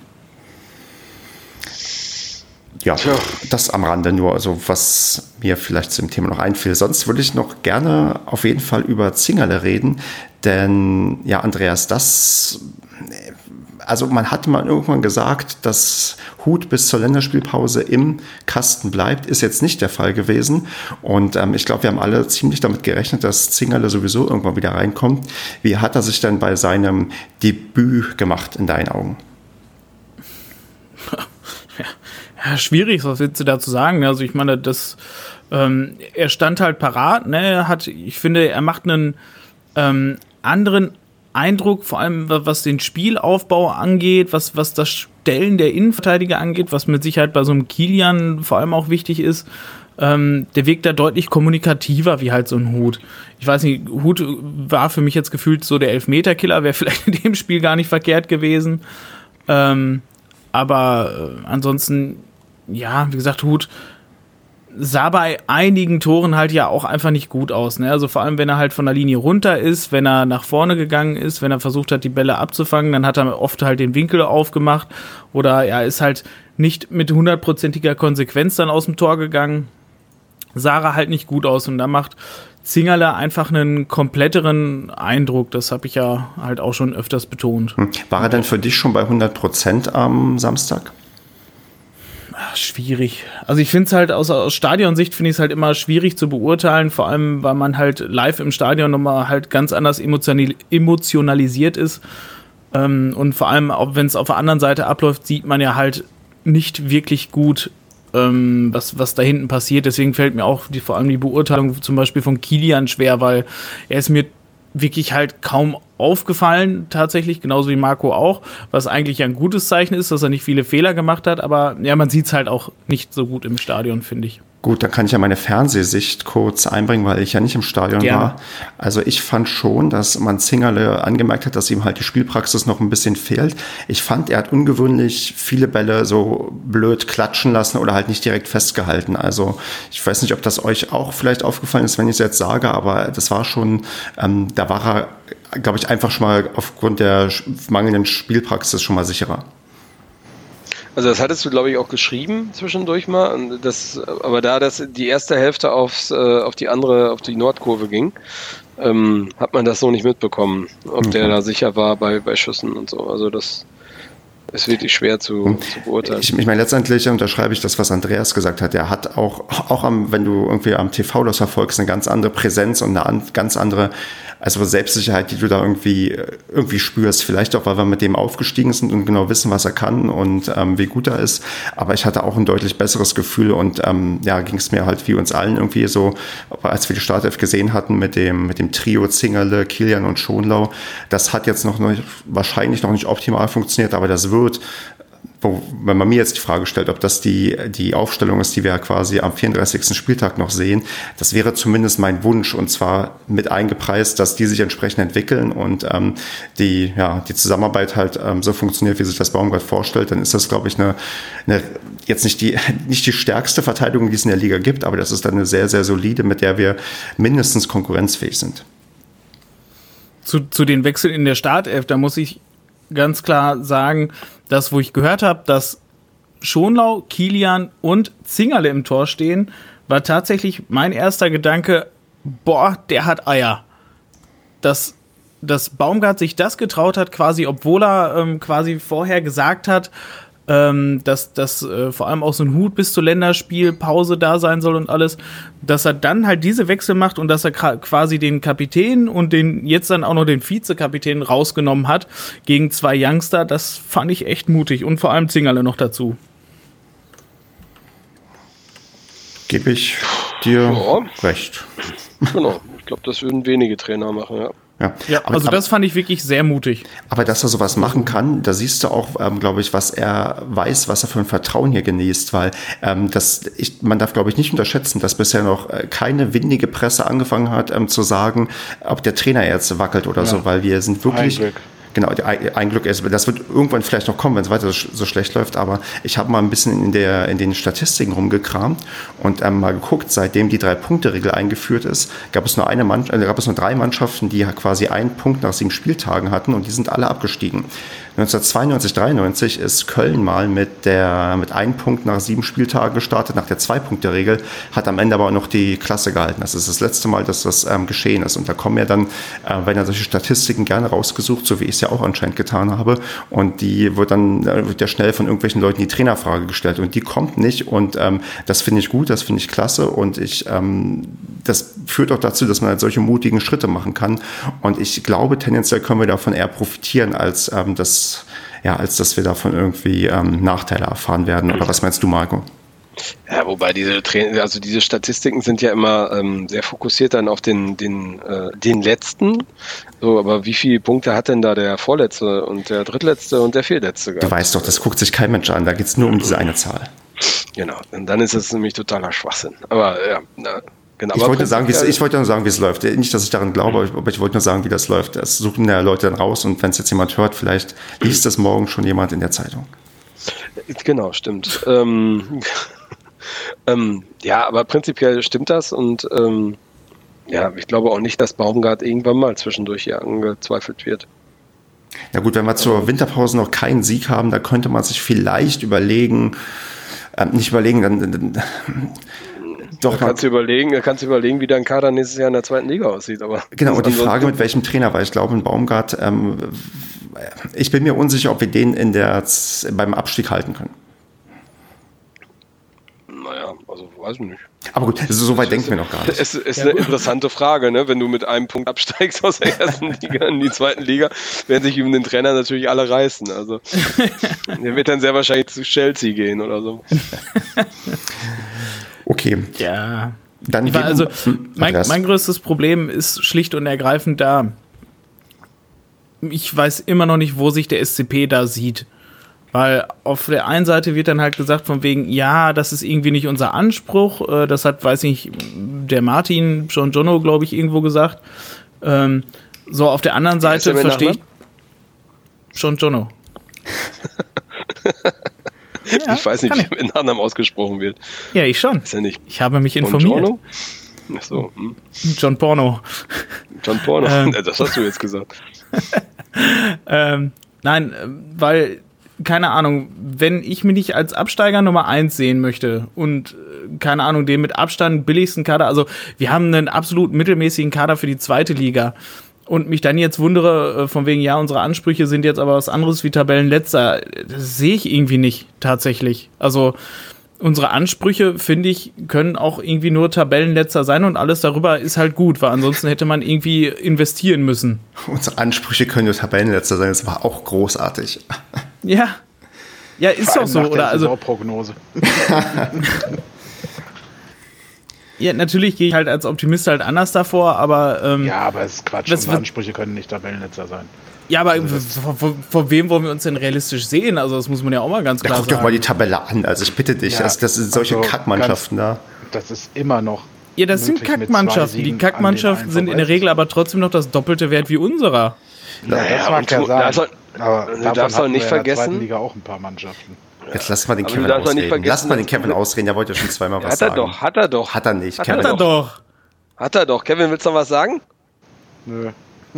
Ja, das am Rande nur, also was mir vielleicht zum Thema noch einfiel. Sonst würde ich noch gerne auf jeden Fall über Zingerle reden, denn ja, Andreas, also man hatte mal irgendwann gesagt, dass Huth bis zur Länderspielpause im Kasten bleibt, ist jetzt nicht der Fall gewesen und ich glaube, wir haben alle ziemlich damit gerechnet, dass Zingerle sowieso irgendwann wieder reinkommt. Wie hat er sich denn bei seinem Debüt gemacht in deinen Augen? Ja, schwierig, was willst du dazu sagen? Also ich meine, er stand halt parat, ne? Ich finde, er macht einen anderen Eindruck, vor allem was den Spielaufbau angeht, was das Stellen der Innenverteidiger angeht, was mit Sicherheit bei so einem Kilian vor allem auch wichtig ist. Der wirkt da deutlich kommunikativer wie halt so ein Huth. Ich weiß nicht, Huth war für mich jetzt gefühlt so der Elfmeterkiller, wäre vielleicht in dem Spiel gar nicht verkehrt gewesen. Aber ansonsten, ja, wie gesagt, Huth sah bei einigen Toren halt ja auch einfach nicht gut aus. Ne? Also vor allem, wenn er halt von der Linie runter ist, wenn er nach vorne gegangen ist, wenn er versucht hat, die Bälle abzufangen, dann hat er oft halt den Winkel aufgemacht oder er ist halt nicht mit 100%iger Konsequenz dann aus dem Tor gegangen. Sah er halt nicht gut aus und da macht Zingerle einfach einen kompletteren Eindruck. Das habe ich ja halt auch schon öfters betont. War er denn für dich schon bei 100% am Samstag? Ach, schwierig. Also ich finde es halt aus Stadionsicht finde ich es halt immer schwierig zu beurteilen, vor allem, weil man halt live im Stadion nochmal halt ganz anders emotionalisiert ist. Und vor allem, auch wenn es auf der anderen Seite abläuft, sieht man ja halt nicht wirklich gut, was da hinten passiert. Deswegen fällt mir auch vor allem die Beurteilung zum Beispiel von Kilian schwer, weil er ist mir wirklich halt kaum aufgefallen, tatsächlich, genauso wie Marco auch, was eigentlich ein gutes Zeichen ist, dass er nicht viele Fehler gemacht hat, aber ja, man sieht es halt auch nicht so gut im Stadion, finde ich. Gut, dann kann ich ja meine Fernsehsicht kurz einbringen, weil ich ja nicht im Stadion war. Also ich fand schon, dass man Zingerle angemerkt hat, dass ihm halt die Spielpraxis noch ein bisschen fehlt. Ich fand, er hat ungewöhnlich viele Bälle so blöd klatschen lassen oder halt nicht direkt festgehalten. Also ich weiß nicht, ob das euch auch vielleicht aufgefallen ist, wenn ich es jetzt sage, aber das war schon, da war er glaube ich, einfach schon mal aufgrund der mangelnden Spielpraxis schon mal sicherer. Also das hattest du, glaube ich, auch geschrieben zwischendurch mal, aber da das die erste Hälfte auf die Nordkurve ging, hat man das so nicht mitbekommen, ob der da sicher war bei Schüssen und so. Also das ist wirklich schwer zu beurteilen. Ich meine, letztendlich unterschreibe ich das, was Andreas gesagt hat. Er hat auch wenn du irgendwie am TV das verfolgst, eine ganz andere Präsenz und eine ganz andere Selbstsicherheit, die du da irgendwie spürst. Vielleicht auch, weil wir mit dem aufgestiegen sind und genau wissen, was er kann und wie gut er ist. Aber ich hatte auch ein deutlich besseres Gefühl und ging es mir halt wie uns allen irgendwie so, als wir die Startelf gesehen hatten mit dem Trio Zingerle, Kilian und Schonlau. Das hat jetzt wahrscheinlich noch nicht optimal funktioniert, aber das wird, wenn man mir jetzt die Frage stellt, ob das die Aufstellung ist, die wir quasi am 34. Spieltag noch sehen, das wäre zumindest mein Wunsch und zwar mit eingepreist, dass die sich entsprechend entwickeln und die Zusammenarbeit halt so funktioniert, wie sich das Baumgart vorstellt, dann ist das, glaube ich, jetzt nicht die stärkste Verteidigung, die es in der Liga gibt, aber das ist dann eine sehr, sehr solide, mit der wir mindestens konkurrenzfähig sind. Zu den Wechseln in der Startelf, da muss ich ganz klar sagen, dass, wo ich gehört habe, dass Schonlau, Kilian und Zingerle im Tor stehen, war tatsächlich mein erster Gedanke, boah, der hat Eier. Dass Baumgart sich das getraut hat, quasi, obwohl er quasi vorher gesagt hat, dass vor allem auch so ein Hut bis zur Länderspielpause da sein soll und alles, dass er dann halt diese Wechsel macht und dass er quasi den Kapitän und jetzt dann auch noch den Vizekapitän rausgenommen hat gegen 2 Youngster, das fand ich echt mutig und vor allem Zingerle noch dazu. Gebe ich dir recht. Genau, ich glaube, das würden wenige Trainer machen, ja. Ja, also das fand ich wirklich sehr mutig. Aber dass er sowas machen kann, da siehst du auch, glaube ich, was er weiß, was er für ein Vertrauen hier genießt, weil man darf, glaube ich, nicht unterschätzen, dass bisher noch keine windige Presse angefangen hat, zu sagen, ob der Trainer jetzt wackelt oder so, weil wir sind wirklich... Genau, ein Glück ist, das wird irgendwann vielleicht noch kommen, wenn es weiter so schlecht läuft, aber ich habe mal ein bisschen in den Statistiken rumgekramt und mal geguckt, seitdem die 3-Punkte-Regel eingeführt ist, gab es nur 3 Mannschaften, die quasi einen Punkt nach 7 Spieltagen hatten und die sind alle abgestiegen. 1992/93 ist Köln mal mit einem Punkt nach 7 Spieltagen gestartet, nach der 2-Punkte-Regel, hat am Ende aber auch noch die Klasse gehalten. Das ist das letzte Mal, dass das geschehen ist. Und da kommen ja dann, werden ja solche Statistiken gerne rausgesucht, so wie ich es ja auch anscheinend getan habe. Und die wird ja schnell von irgendwelchen Leuten die Trainerfrage gestellt. Und die kommt nicht. Und das finde ich gut, das finde ich klasse. Und das führt auch dazu, dass man halt solche mutigen Schritte machen kann. Und ich glaube, tendenziell können wir davon eher profitieren, als dass wir davon irgendwie Nachteile erfahren werden. Oder was meinst du, Marco? Ja, wobei diese Statistiken sind ja immer sehr fokussiert dann auf den Letzten. So, aber wie viele Punkte hat denn da der Vorletzte und der Drittletzte und der Viertletzte gehabt? Du weißt doch, das guckt sich kein Mensch an. Da geht es nur um diese eine Zahl. Genau, und dann ist es nämlich totaler Schwachsinn. Aber ja, genau. Ich wollte nur sagen, wie es läuft. Nicht, dass ich daran glaube, aber ich wollte nur sagen, wie das läuft. Das suchen ja Leute dann raus und wenn es jetzt jemand hört, vielleicht liest das morgen schon jemand in der Zeitung. Genau, stimmt. Ja, aber prinzipiell stimmt das und ich glaube auch nicht, dass Baumgart irgendwann mal zwischendurch hier angezweifelt wird. Na gut, wenn wir zur Winterpause noch keinen Sieg haben, da könnte man sich vielleicht überlegen, Da kannst du überlegen, wie dein Kader nächstes Jahr in der 2. Liga aussieht. Aber genau, und die Frage, mit welchem Trainer, weil ich glaube, in Baumgart, ich bin mir unsicher, ob wir den beim Abstieg halten können. Naja, also weiß ich nicht. Aber gut, so weit denken wir noch gar nicht. Es ist eine interessante Frage, ne? Wenn du mit einem Punkt absteigst aus der 1. Liga in die 2. Liga, werden sich um den Trainer natürlich alle reißen. Also der wird dann sehr wahrscheinlich zu Chelsea gehen oder so. Okay. Ja. Dann mein größtes Problem ist schlicht und ergreifend da. Ich weiß immer noch nicht, wo sich der SCP da sieht. Weil auf der einen Seite wird dann halt gesagt von wegen, ja, das ist irgendwie nicht unser Anspruch. Das hat, weiß ich, der Martin, John Jono, glaube ich, irgendwo gesagt. So, auf der anderen Seite verstehe ich... John Jono. Ja, ich weiß nicht, wie er mit Nachnamen ausgesprochen wird. Ja, ich schon. Ist ja nicht ich habe mich informiert. John Jono? Ach so. John Porno. John Porno, das hast du jetzt gesagt. Nein, weil, keine Ahnung, wenn ich mich nicht als Absteiger Nummer 1 sehen möchte und, keine Ahnung, den mit Abstand billigsten Kader, also wir haben einen absolut mittelmäßigen Kader für die zweite Liga und mich dann jetzt wundere, von wegen, ja, unsere Ansprüche sind jetzt aber was anderes wie Tabellenletzter, das sehe ich irgendwie nicht, tatsächlich. Also, unsere Ansprüche, finde ich, können auch irgendwie nur Tabellenletzter sein und alles darüber ist halt gut, weil ansonsten hätte man irgendwie investieren müssen. Unsere Ansprüche können nur Tabellenletzter sein, das war auch großartig. Ja. Ja, ist doch so, oder? Also Prognose. ja, natürlich gehe ich halt als Optimist halt anders davor, aber ja, aber es ist Quatsch. Unsere Ansprüche können nicht Tabellenletzter sein. Ja, aber von wem wollen wir uns denn realistisch sehen? Also das muss man ja auch mal ganz klar sagen. Guck doch mal die Tabelle an, also ich bitte dich, Ja, das sind solche Kackmannschaften da. Das ist immer noch. Ja, das sind Kackmannschaften. Die Kackmannschaften sind in der Regel aber trotzdem noch das doppelte Wert wie unserer. Ja, das mag ja sein. Aber du darfst auch nicht vergessen. In der zweiten Liga auch ein paar Mannschaften. Jetzt lass mal den Kevin ausreden. Lass mal den Kevin ausreden, der wollte ja schon zweimal was sagen. Hat er doch. Hat er nicht. Hat er doch. Hat er doch. Kevin, willst du noch was sagen? Nö.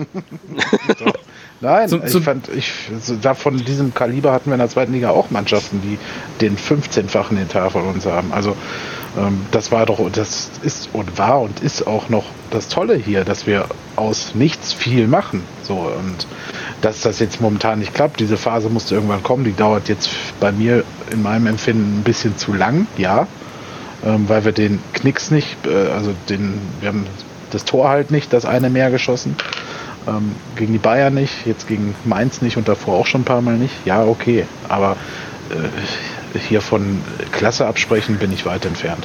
Nein, von diesem Kaliber hatten wir in der zweiten Liga auch Mannschaften, die den 15-fachen Etat von uns haben. Also das ist auch noch das Tolle hier, dass wir aus nichts viel machen. So, und dass das jetzt momentan nicht klappt, diese Phase musste irgendwann kommen, die dauert jetzt bei mir in meinem Empfinden ein bisschen zu lang, ja, weil wir den Knicks nicht, wir haben das Tor halt nicht, das eine mehr geschossen. Gegen die Bayern nicht, jetzt gegen Mainz nicht und davor auch schon ein paar Mal nicht. Ja, okay, aber hier von Klasse absprechen bin ich weit entfernt.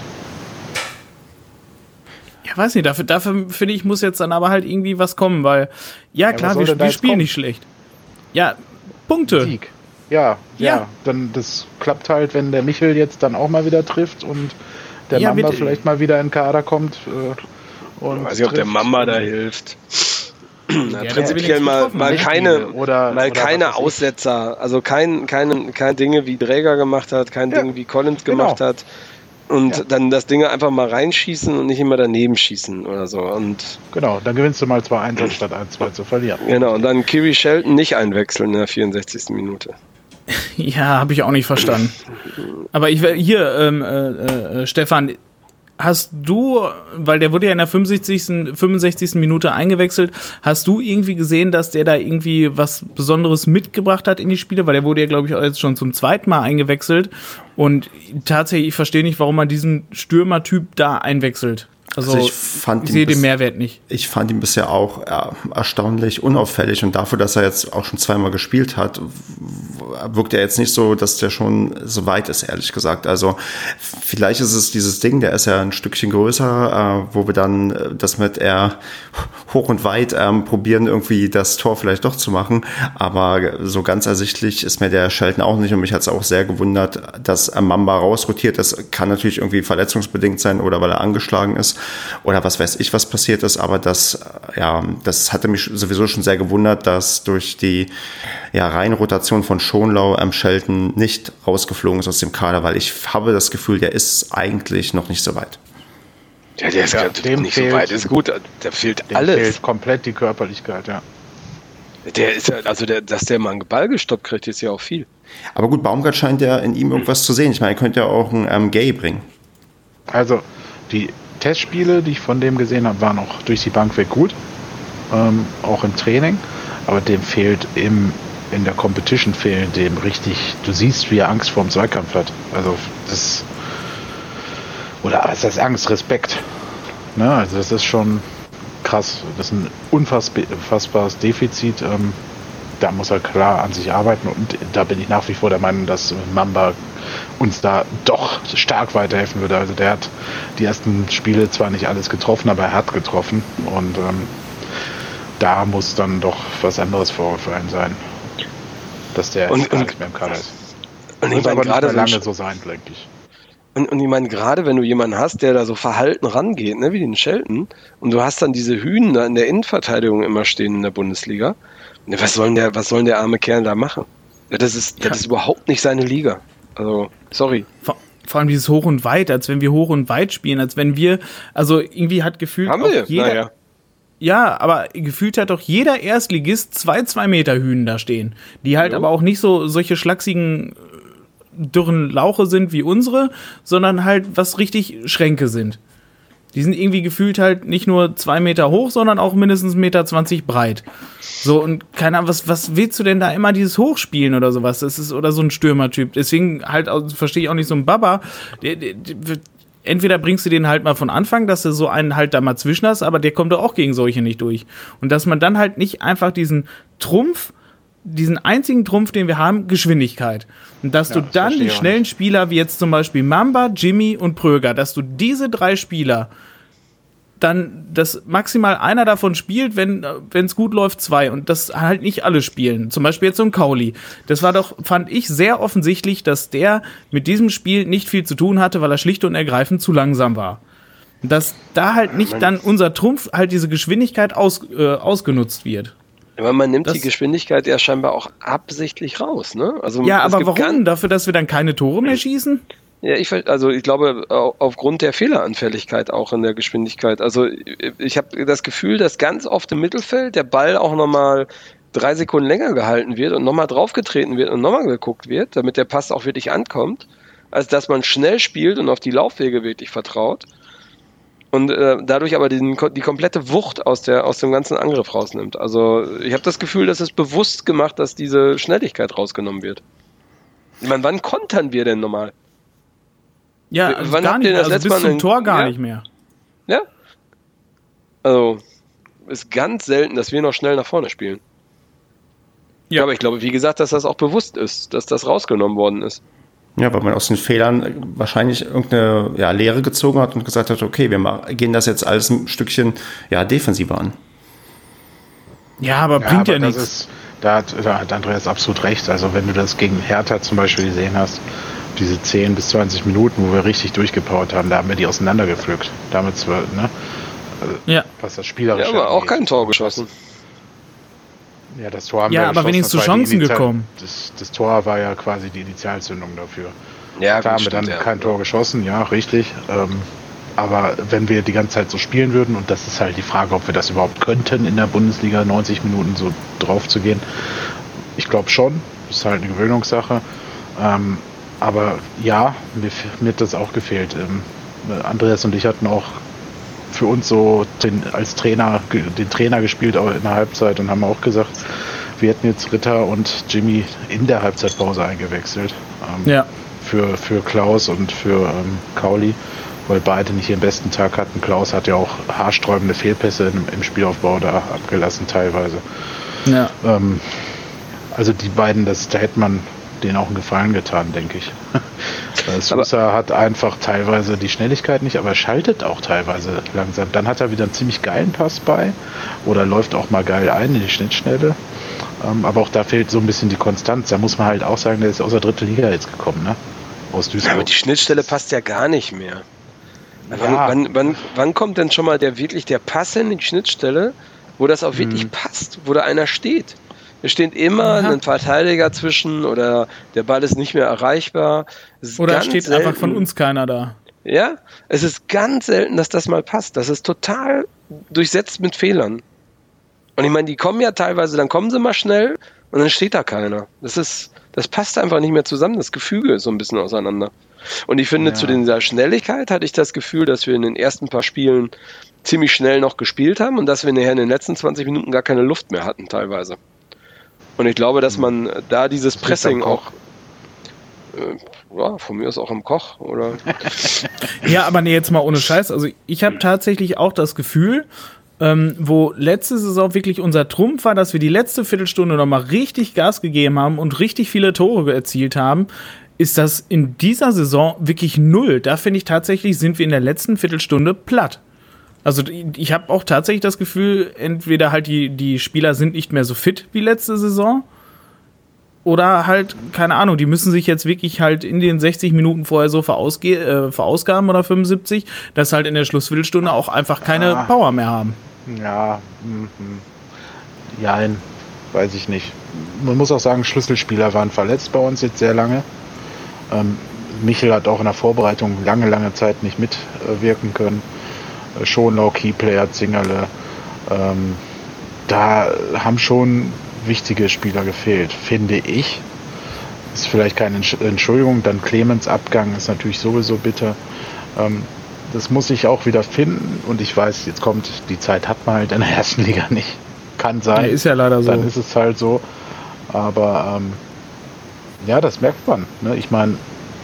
Ja, weiß nicht, dafür finde ich, muss jetzt dann aber halt irgendwie was kommen, weil, ja klar, wir spielen nicht schlecht. Ja, Punkte. Sieg. Ja, dann das klappt halt, wenn der Michel jetzt dann auch mal wieder trifft und der Mamba vielleicht mal wieder in den Kader kommt. Ich weiß nicht, ob der Mamba da hilft. Prinzipiell mal keine Aussetzer, also kein Dinge wie Dräger gemacht hat, kein Dinge wie Collins gemacht hat und dann das Ding einfach mal reinschießen und nicht immer daneben schießen oder so. Und genau, dann gewinnst du mal 2-1 statt 1-2 zu verlieren. Genau, und dann Kiri Shelton nicht einwechseln in der 64. Minute. Ja, habe ich auch nicht verstanden. Aber ich will hier, Stefan, hast du, weil der wurde ja in der 65. Minute eingewechselt, hast du irgendwie gesehen, dass der da irgendwie was Besonderes mitgebracht hat in die Spiele? Weil der wurde ja, glaube ich, auch jetzt schon zum zweiten Mal eingewechselt. Und tatsächlich, ich verstehe nicht, warum man diesen Stürmertyp da einwechselt. Also ich sehe den Mehrwert nicht. Ich fand ihn bisher auch erstaunlich unauffällig und dafür, dass er jetzt auch schon zweimal gespielt hat, wirkt er jetzt nicht so, dass der schon so weit ist, ehrlich gesagt. Also vielleicht ist es dieses Ding, der ist ja ein Stückchen größer, wo wir dann das mit eher hoch und weit probieren, irgendwie das Tor vielleicht doch zu machen. Aber so ganz ersichtlich ist mir der Shelton auch nicht und mich hat es auch sehr gewundert, dass Mamba rausrotiert. Das kann natürlich irgendwie verletzungsbedingt sein oder weil er angeschlagen ist. Oder was weiß ich, was passiert ist, aber das hatte mich sowieso schon sehr gewundert, dass durch die Reihenrotation von Schonlau Shelton nicht rausgeflogen ist aus dem Kader, weil ich habe das Gefühl, der ist eigentlich noch nicht so weit. Ja, der ist nicht so weit, ist gut, da fehlt alles. Fehlt komplett die Körperlichkeit, ja. Der ist ja, also dass der mal einen Ball gestoppt kriegt, ist ja auch viel. Aber gut, Baumgart scheint ja in ihm irgendwas zu sehen. Ich meine, er könnte ja auch einen Gay bringen. Also, die Testspiele, die ich von dem gesehen habe, waren auch durch die Bank weg gut, auch im Training, aber dem fehlt in der Competition fehlen dem richtig, du siehst, wie er Angst vor dem Zweikampf hat, also das ist Angst, Respekt, ne? Also das ist schon krass, das ist ein unfassbares Defizit, da muss er klar an sich arbeiten und da bin ich nach wie vor der Meinung, dass Mamba uns da doch stark weiterhelfen würde. Also der hat die ersten Spiele zwar nicht alles getroffen, aber er hat getroffen und da muss dann doch was anderes vorgefallen sein, dass der gar nicht mehr im Kader ist. Und ich meine, gerade lange so sein, denke ich. Und ich meine, gerade wenn du jemanden hast, der da so verhalten rangeht, ne, wie den Shelton, und du hast dann diese Hünen da in der Innenverteidigung immer stehen in der Bundesliga, was soll der arme Kerl da machen? Ja, das ist überhaupt nicht seine Liga. Also, sorry. Vor allem dieses Hoch und Weit, als wenn wir hoch und weit spielen, als wenn wir, also irgendwie hat gefühlt haben auch wir? jeder... Naja. Ja, aber gefühlt hat doch jeder Erstligist 2 Meter Hühnen da stehen. Die halt aber auch nicht solche schlachsigen, dürren Lauche sind wie unsere, sondern halt was richtig Schränke sind. Die sind irgendwie gefühlt halt nicht nur 2 Meter hoch, sondern auch mindestens 1,20 Meter breit. So, und keine Ahnung, was willst du denn da immer dieses Hochspielen oder sowas? Das ist, oder so ein Stürmertyp. Deswegen halt, verstehe ich auch nicht so ein Baba. Entweder bringst du den halt mal von Anfang, dass du so einen halt da mal zwischen hast, aber der kommt doch auch gegen solche nicht durch. Und dass man dann halt nicht einfach diesen einzigen Trumpf, den wir haben, Geschwindigkeit. Und dass du dann die schnellen Spieler, wie jetzt zum Beispiel Mamba, Jimmy und Pröger, dass du diese 3 Spieler dann, dass maximal einer davon spielt, wenn es gut läuft, 2. Und das halt nicht alle spielen. Zum Beispiel jetzt so ein Kauli. Das war doch, fand ich, sehr offensichtlich, dass der mit diesem Spiel nicht viel zu tun hatte, weil er schlicht und ergreifend zu langsam war. Dass da halt nicht dann unser Trumpf, halt diese Geschwindigkeit ausgenutzt wird. Aber man nimmt die Geschwindigkeit ja scheinbar auch absichtlich raus, ne? Also, ja, aber warum? Dafür, dass wir dann keine Tore mehr schießen? Ja, ich glaube, aufgrund der Fehleranfälligkeit auch in der Geschwindigkeit. Also ich habe das Gefühl, dass ganz oft im Mittelfeld der Ball auch nochmal 3 Sekunden länger gehalten wird und nochmal draufgetreten wird und nochmal geguckt wird, damit der Pass auch wirklich ankommt, als dass man schnell spielt und auf die Laufwege wirklich vertraut und dadurch aber die komplette Wucht aus dem ganzen Angriff rausnimmt. Also ich habe das Gefühl, dass es bewusst gemacht, dass diese Schnelligkeit rausgenommen wird. Ich meine, wann kontern wir denn normal? Ja, also gar nicht mehr. Also bis zum Tor gar nicht mehr. Ja? Also, ist ganz selten, dass wir noch schnell nach vorne spielen. Ja. Aber ich glaube, wie gesagt, dass das auch bewusst ist, dass das rausgenommen worden ist. Ja, weil man aus den Fehlern wahrscheinlich irgendeine Lehre gezogen hat und gesagt hat, okay, wir gehen das jetzt alles ein Stückchen defensiver an. Ja, aber bringt ja nichts. Da hat Andreas absolut recht. Also wenn du das gegen Hertha zum Beispiel gesehen hast, diese 10 bis 20 Minuten, wo wir richtig durchgepowert haben, da haben wir die auseinandergepflückt. Damit was das Spielerische angeht. Ja, aber auch kein Tor geschossen. Ja, das Tor haben wir aber wenigstens zu Chancen gekommen. Das Tor war ja quasi die Initialzündung dafür. Ja, da haben wir dann kein Tor geschossen, ja, richtig. Aber wenn wir die ganze Zeit so spielen würden, und das ist halt die Frage, ob wir das überhaupt könnten, in der Bundesliga 90 Minuten so drauf zu gehen. Ich glaube schon, das ist halt eine Gewöhnungssache. Aber ja, mir hat das auch gefehlt. Andreas und ich hatten auch für uns so den Trainer gespielt auch in der Halbzeit und haben auch gesagt, wir hätten jetzt Ritter und Jimmy in der Halbzeitpause eingewechselt. Für Klaus und für Kauli, weil beide nicht ihren besten Tag hatten. Klaus hat ja auch haarsträubende Fehlpässe im Spielaufbau da abgelassen teilweise. Ja. Also die beiden, da hätte man denen auch einen Gefallen getan, denke ich. Sousa hat einfach teilweise die Schnelligkeit nicht, aber er schaltet auch teilweise langsam. Dann hat er wieder einen ziemlich geilen Pass bei oder läuft auch mal geil ein in die Schnittstelle. Aber auch da fehlt so ein bisschen die Konstanz. Da muss man halt auch sagen, der ist aus der 3. Liga jetzt gekommen, ne? Aus Duisburg. Ja, aber die Schnittstelle passt ja gar nicht mehr. Ja. Wann kommt denn schon mal der Pass in die Schnittstelle, wo das auch wirklich passt, wo da einer steht? Es steht immer ein Verteidiger zwischen oder der Ball ist nicht mehr erreichbar. Oder steht selten. Einfach von uns keiner da. Ja, es ist ganz selten, dass das mal passt. Das ist total durchsetzt mit Fehlern. Und ich meine, die kommen ja teilweise, dann kommen sie mal schnell und dann steht da keiner. Das passt einfach nicht mehr zusammen, das Gefüge ist so ein bisschen auseinander. Und ich finde, zu dieser Schnelligkeit hatte ich das Gefühl, dass wir in den ersten paar Spielen ziemlich schnell noch gespielt haben und dass wir nachher in den letzten 20 Minuten gar keine Luft mehr hatten teilweise. Und ich glaube, dass man da dieses Pressing auch von mir aus auch im Koch, oder? Ja, aber nee, jetzt mal ohne Scheiß. Also ich habe tatsächlich auch das Gefühl, wo letzte Saison wirklich unser Trumpf war, dass wir die letzte Viertelstunde nochmal richtig Gas gegeben haben und richtig viele Tore erzielt haben, ist das in dieser Saison wirklich 0. Da finde ich tatsächlich, sind wir in der letzten Viertelstunde platt. Also ich habe auch tatsächlich das Gefühl, entweder halt die Spieler sind nicht mehr so fit wie letzte Saison oder halt, keine Ahnung, die müssen sich jetzt wirklich halt in den 60 Minuten vorher so verausgaben oder 75, dass halt in der Schlussviertelstunde auch einfach keine Power mehr haben. Ja, weiß ich nicht. Man muss auch sagen, Schlüsselspieler waren verletzt bei uns jetzt sehr lange. Michel hat auch in der Vorbereitung lange Zeit nicht mitwirken können. Schonlau, Keyplayer, Zingerle, Da haben schon wichtige Spieler gefehlt, finde ich. Ist vielleicht keine Entschuldigung, dann Clemens Abgang ist natürlich sowieso bitter. Das muss ich auch wieder finden und ich weiß, jetzt kommt, die Zeit hat man halt in der ersten Liga nicht. Kann sein. Ja, ist ja leider so. Dann ist es halt so. Aber ja, das merkt man. Ne? Ich meine,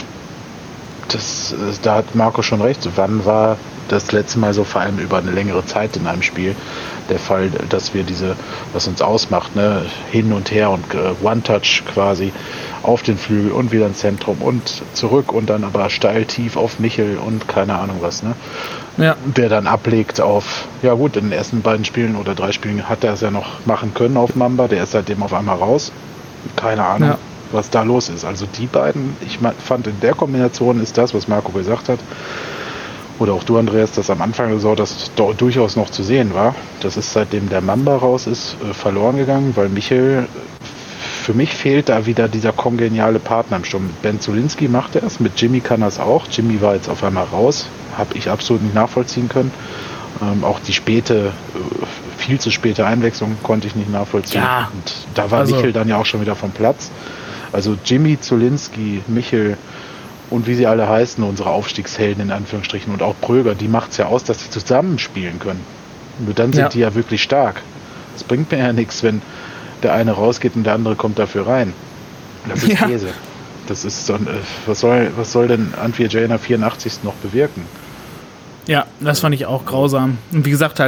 da hat Marco schon recht. Wann war das letzte Mal so, vor allem über eine längere Zeit in einem Spiel, der Fall, dass wir was uns ausmacht, ne, hin und her und One-Touch quasi auf den Flügel und wieder ins Zentrum und zurück und dann aber steil tief auf Michel und keine Ahnung was, ne? Ja. Der dann ablegt auf, ja gut, in den ersten beiden Spielen oder 3 Spielen hat er es ja noch machen können auf Mamba, der ist seitdem auf einmal raus. Keine Ahnung, was da los ist. Also die beiden, ich fand in der Kombination ist das, was Marco gesagt hat, oder auch du, Andreas, dass am Anfang der Saison das durchaus noch zu sehen war. Das ist, seitdem der Mamba raus ist, verloren gegangen, weil Michel, für mich fehlt da wieder dieser kongeniale Partner im Sturm. Ben Zulinski macht es, mit Jimmy kann er es auch. Jimmy war jetzt auf einmal raus, habe ich absolut nicht nachvollziehen können. Auch die viel zu späte Einwechslung konnte ich nicht nachvollziehen. Ja, und da war Michel dann ja auch schon wieder vom Platz. Also Jimmy, Zulinski, Michel und wie sie alle heißen, unsere Aufstiegshelden in Anführungsstrichen und auch Pröger, die macht es ja aus, dass sie zusammenspielen können. Nur dann sind die ja wirklich stark. Es bringt mir ja nichts, wenn der eine rausgeht und der andere kommt dafür rein. Das ist Käse. Das ist so, was soll denn Antwi Jay in der 84. noch bewirken? Ja, das fand ich auch grausam. Und wie gesagt,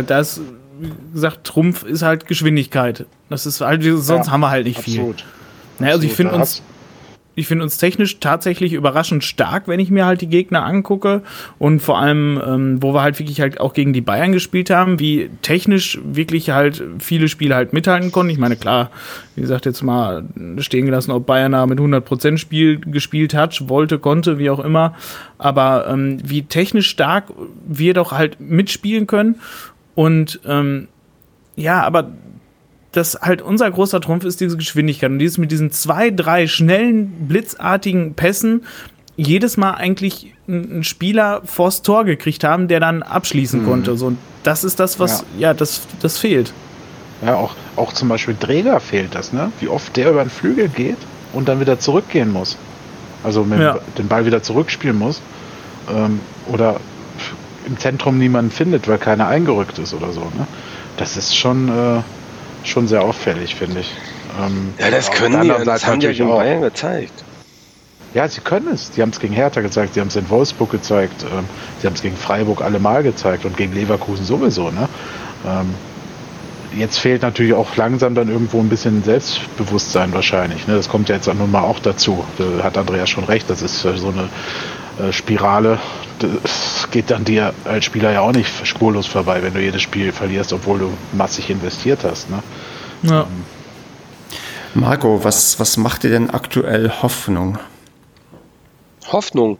Trumpf ist halt Geschwindigkeit. Das ist halt, sonst haben wir halt nicht absolut. Viel. Naja, also ich finde uns technisch tatsächlich überraschend stark, wenn ich mir halt die Gegner angucke und vor allem, wo wir halt wirklich halt auch gegen die Bayern gespielt haben, wie technisch wirklich halt viele Spiele halt mithalten konnten. Ich meine, klar, wie gesagt, jetzt mal stehen gelassen, ob Bayern da mit 100% gespielt hat, wollte, konnte, wie auch immer, aber wie technisch stark wir doch halt mitspielen können und ja, aber dass halt unser großer Trumpf ist diese Geschwindigkeit und dieses mit diesen 2, 3 schnellen, blitzartigen Pässen jedes Mal eigentlich einen Spieler vors Tor gekriegt haben, der dann abschließen konnte. So, und das ist das, was, das fehlt. Ja, auch zum Beispiel Dräger fehlt das, ne? Wie oft der über den Flügel geht und dann wieder zurückgehen muss. Also den Ball wieder zurückspielen muss. Oder im Zentrum niemanden findet, weil keiner eingerückt ist oder so, ne? Das ist schon sehr auffällig, finde ich. Ja, das können die, das haben die ja gegen Bayern gezeigt. Ja, sie können es. Die haben es gegen Hertha gezeigt, sie haben es in Wolfsburg gezeigt, sie haben es gegen Freiburg allemal gezeigt und gegen Leverkusen sowieso. Ne? Jetzt fehlt natürlich auch langsam dann irgendwo ein bisschen Selbstbewusstsein wahrscheinlich. Ne? Das kommt ja jetzt nun mal auch dazu. Da hat Andreas schon recht, das ist so eine Spirale. Das geht dann dir als Spieler ja auch nicht spurlos vorbei, wenn du jedes Spiel verlierst, obwohl du massig investiert hast. Ne? Ja. Marco, was macht dir denn aktuell Hoffnung? Hoffnung?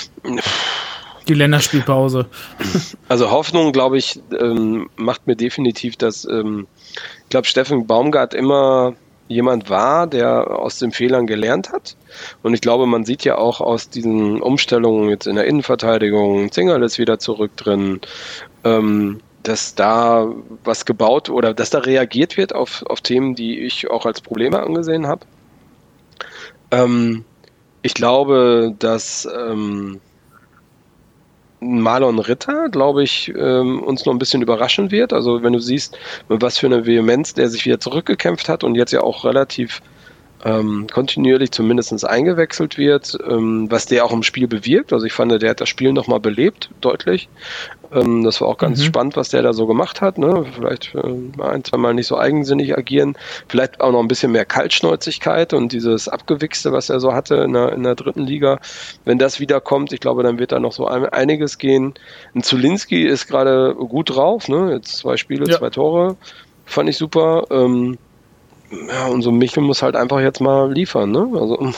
Die Länderspielpause. Also Hoffnung, glaube ich, macht mir definitiv, dass ich glaube, Steffen Baumgart immer jemand war, der aus den Fehlern gelernt hat. Und ich glaube, man sieht ja auch aus diesen Umstellungen jetzt in der Innenverteidigung, Zingerl ist wieder zurück drin, dass da was gebaut oder dass da reagiert wird auf Themen, die ich auch als Probleme angesehen habe. Ich glaube, dass Marlon Ritter, glaube ich, uns noch ein bisschen überraschen wird. Also wenn du siehst, mit was für eine Vehemenz der sich wieder zurückgekämpft hat und jetzt ja auch relativ kontinuierlich zumindest eingewechselt wird, was der auch im Spiel bewirkt. Also ich fand, der hat das Spiel nochmal belebt, deutlich. Das war auch ganz spannend, was der da so gemacht hat. Ne? Vielleicht ein, zwei Mal nicht so eigensinnig agieren. Vielleicht auch noch ein bisschen mehr Kaltschnäuzigkeit und dieses Abgewichste, was er so hatte in der dritten Liga. Wenn das wiederkommt, ich glaube, dann wird da noch so einiges gehen. Ein Zulinski ist gerade gut drauf. Ne? Jetzt 2 Spiele, 2 Tore. Fand ich super. Ja, und so Michel muss halt einfach jetzt mal liefern, ne? Also,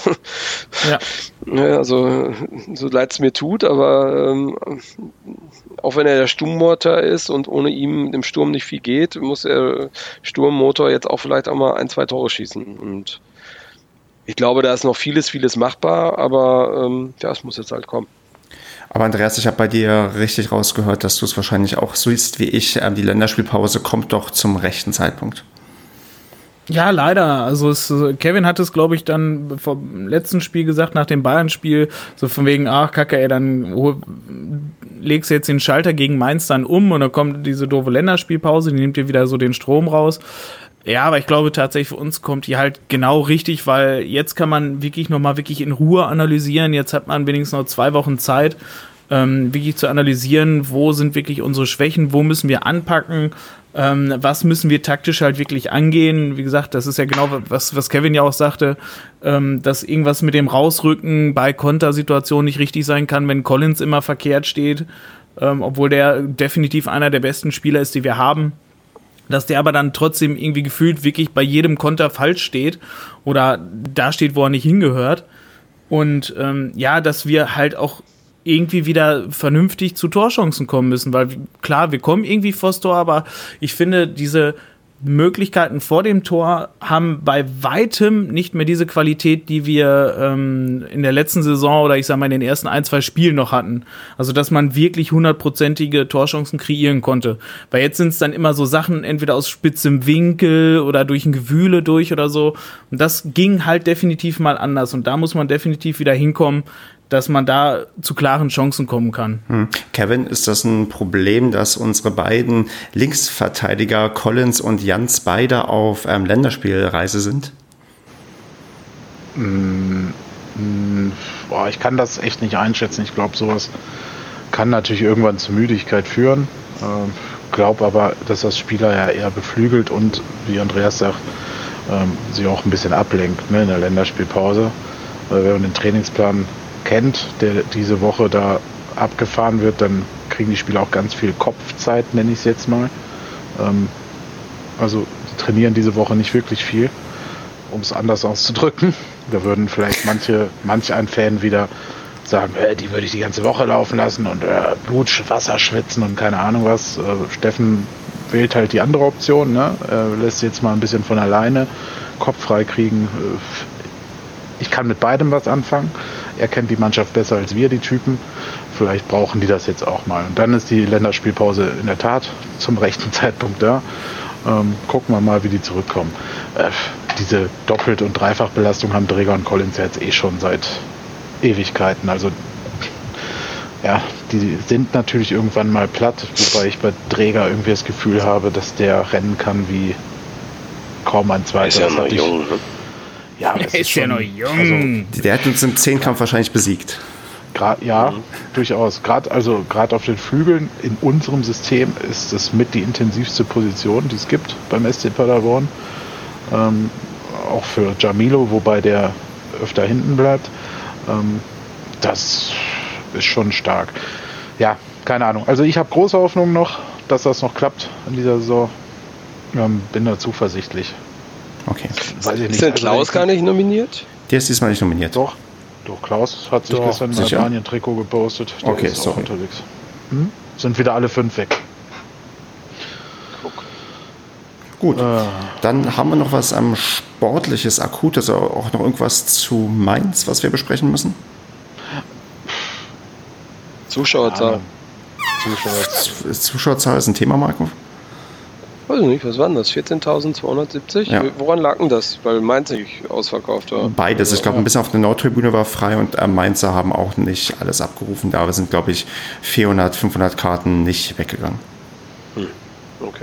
also so leid es mir tut, aber auch wenn er der Sturmmotor ist und ohne ihm im Sturm nicht viel geht, muss der Sturmmotor jetzt auch vielleicht auch mal 1, 2 Tore schießen. Und ich glaube, da ist noch vieles machbar, aber es muss jetzt halt kommen. Aber Andreas, ich habe bei dir richtig rausgehört, dass du es wahrscheinlich auch so siehst wie ich. Die Länderspielpause kommt doch zum rechten Zeitpunkt. Ja, leider. Also Kevin hat es, glaube ich, dann vom letzten Spiel gesagt, nach dem Bayern-Spiel, so von wegen, ach Kacke, ey, dann legst du jetzt den Schalter gegen Mainz dann um und dann kommt diese doofe Länderspielpause, die nimmt dir wieder so den Strom raus. Ja, aber ich glaube tatsächlich, für uns kommt die halt genau richtig, weil jetzt kann man wirklich nochmal wirklich in Ruhe analysieren. Jetzt hat man wenigstens noch 2 Wochen Zeit, wirklich zu analysieren, wo sind wirklich unsere Schwächen, wo müssen wir anpacken, was müssen wir taktisch halt wirklich angehen. Wie gesagt, das ist ja genau, was Kevin ja auch sagte, dass irgendwas mit dem Rausrücken bei Kontersituationen nicht richtig sein kann, wenn Collins immer verkehrt steht, obwohl der definitiv einer der besten Spieler ist, die wir haben. Dass der aber dann trotzdem irgendwie gefühlt wirklich bei jedem Konter falsch steht oder da steht, wo er nicht hingehört. Und dass wir halt auch irgendwie wieder vernünftig zu Torchancen kommen müssen, weil klar, wir kommen irgendwie vors Tor, aber ich finde, diese Möglichkeiten vor dem Tor haben bei weitem nicht mehr diese Qualität, die wir in der letzten Saison oder ich sag mal in den ersten 1-2 Spielen noch hatten. Also, dass man wirklich 100%ige Torchancen kreieren konnte. Weil jetzt sind es dann immer so Sachen, entweder aus spitzem Winkel oder durch ein Gewühle durch oder so. Und das ging halt definitiv mal anders. Und da muss man definitiv wieder hinkommen, dass man da zu klaren Chancen kommen kann. Kevin, ist das ein Problem, dass unsere beiden Linksverteidiger Collins und Jans beide auf Länderspielreise sind? Ich kann das echt nicht einschätzen. Ich glaube, sowas kann natürlich irgendwann zu Müdigkeit führen. Glaube aber, dass das Spieler ja eher beflügelt und, wie Andreas sagt, sie auch ein bisschen ablenkt, ne, in der Länderspielpause. Wenn man den Trainingsplan kennt, der diese Woche da abgefahren wird, dann kriegen die Spieler auch ganz viel Kopfzeit, nenne ich es jetzt mal. Also die trainieren diese Woche nicht wirklich viel, um es anders auszudrücken. Da würden vielleicht manch ein Fan wieder sagen, die würde ich die ganze Woche laufen lassen und Blut, Wasser schwitzen und keine Ahnung was. Steffen wählt halt die andere Option, ne? Lässt jetzt mal ein bisschen von alleine Kopf frei kriegen. Ich kann mit beidem was anfangen. Er kennt die Mannschaft besser als wir, die Typen. Vielleicht brauchen die das jetzt auch mal. Und dann ist die Länderspielpause in der Tat zum rechten Zeitpunkt da. Gucken wir mal, wie die zurückkommen. Diese Doppelt- und Dreifachbelastung haben Dreger und Collins jetzt schon seit Ewigkeiten. Also ja, die sind natürlich irgendwann mal platt, wobei ich bei Dreger irgendwie das Gefühl habe, dass der rennen kann wie kaum ein zweiter. Ist ja noch jung, ne? Ja, er ist ja noch jung. Also, der hat uns im Zehnkampf wahrscheinlich besiegt. Durchaus. Gerade auf den Flügeln in unserem System ist es mit die intensivste Position, die es gibt beim SC Paderborn. Auch für Jamilo, wobei der öfter hinten bleibt. Das ist schon stark. Ja, keine Ahnung. Also ich habe große Hoffnung noch, dass das noch klappt in dieser Saison. Bin da zuversichtlich. Okay. Weiß ich nicht. Ist denn Klaus gar nicht nominiert? Der ist diesmal nicht nominiert. Doch, Klaus hat sich gestern ein Albanien-Trikot gepostet. Der okay, ist auch unterwegs. Sind wieder alle 5 weg. Gut, dann haben wir noch was Sportliches, Akutes, aber auch noch irgendwas zu Mainz, was wir besprechen müssen? Zuschauerzahl. Zuschauerzahl ist ein Thema, Marco? Weiß ich nicht, was war denn das? 14.270? Ja. Woran lag denn das? Weil Mainz nicht ausverkauft war. Beides. Ich glaube, ein bisschen auf der Nordtribüne war frei und Mainzer haben auch nicht alles abgerufen. Da sind, glaube ich, 400, 500 Karten nicht weggegangen. Okay.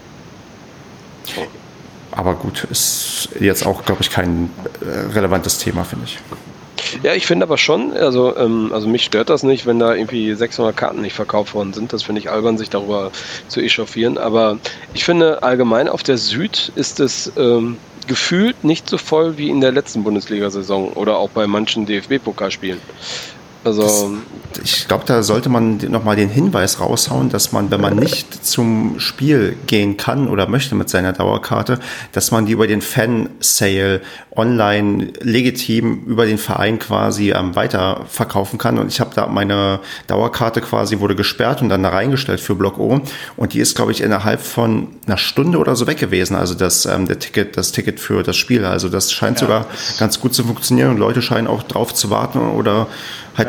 Aber gut, ist jetzt auch, glaube ich, kein relevantes Thema, finde ich. Ja, ich finde aber schon, also mich stört das nicht, wenn da irgendwie 600 Karten nicht verkauft worden sind. Das finde ich albern, sich darüber zu echauffieren. Aber ich finde allgemein auf der Süd ist es gefühlt nicht so voll wie in der letzten Bundesliga-Saison oder auch bei manchen DFB-Pokalspielen. Also ich glaube, da sollte man nochmal den Hinweis raushauen, dass man, wenn man nicht zum Spiel gehen kann oder möchte mit seiner Dauerkarte, dass man die über den Fan-Sale online legitim über den Verein quasi weiterverkaufen kann. Und ich habe da meine Dauerkarte quasi wurde gesperrt und dann da reingestellt für Block O. Und die ist, glaube ich, innerhalb von einer Stunde oder so weg gewesen. Also das Ticket für das Spiel. Also das scheint sogar ganz gut zu funktionieren und Leute scheinen auch drauf zu warten oder halt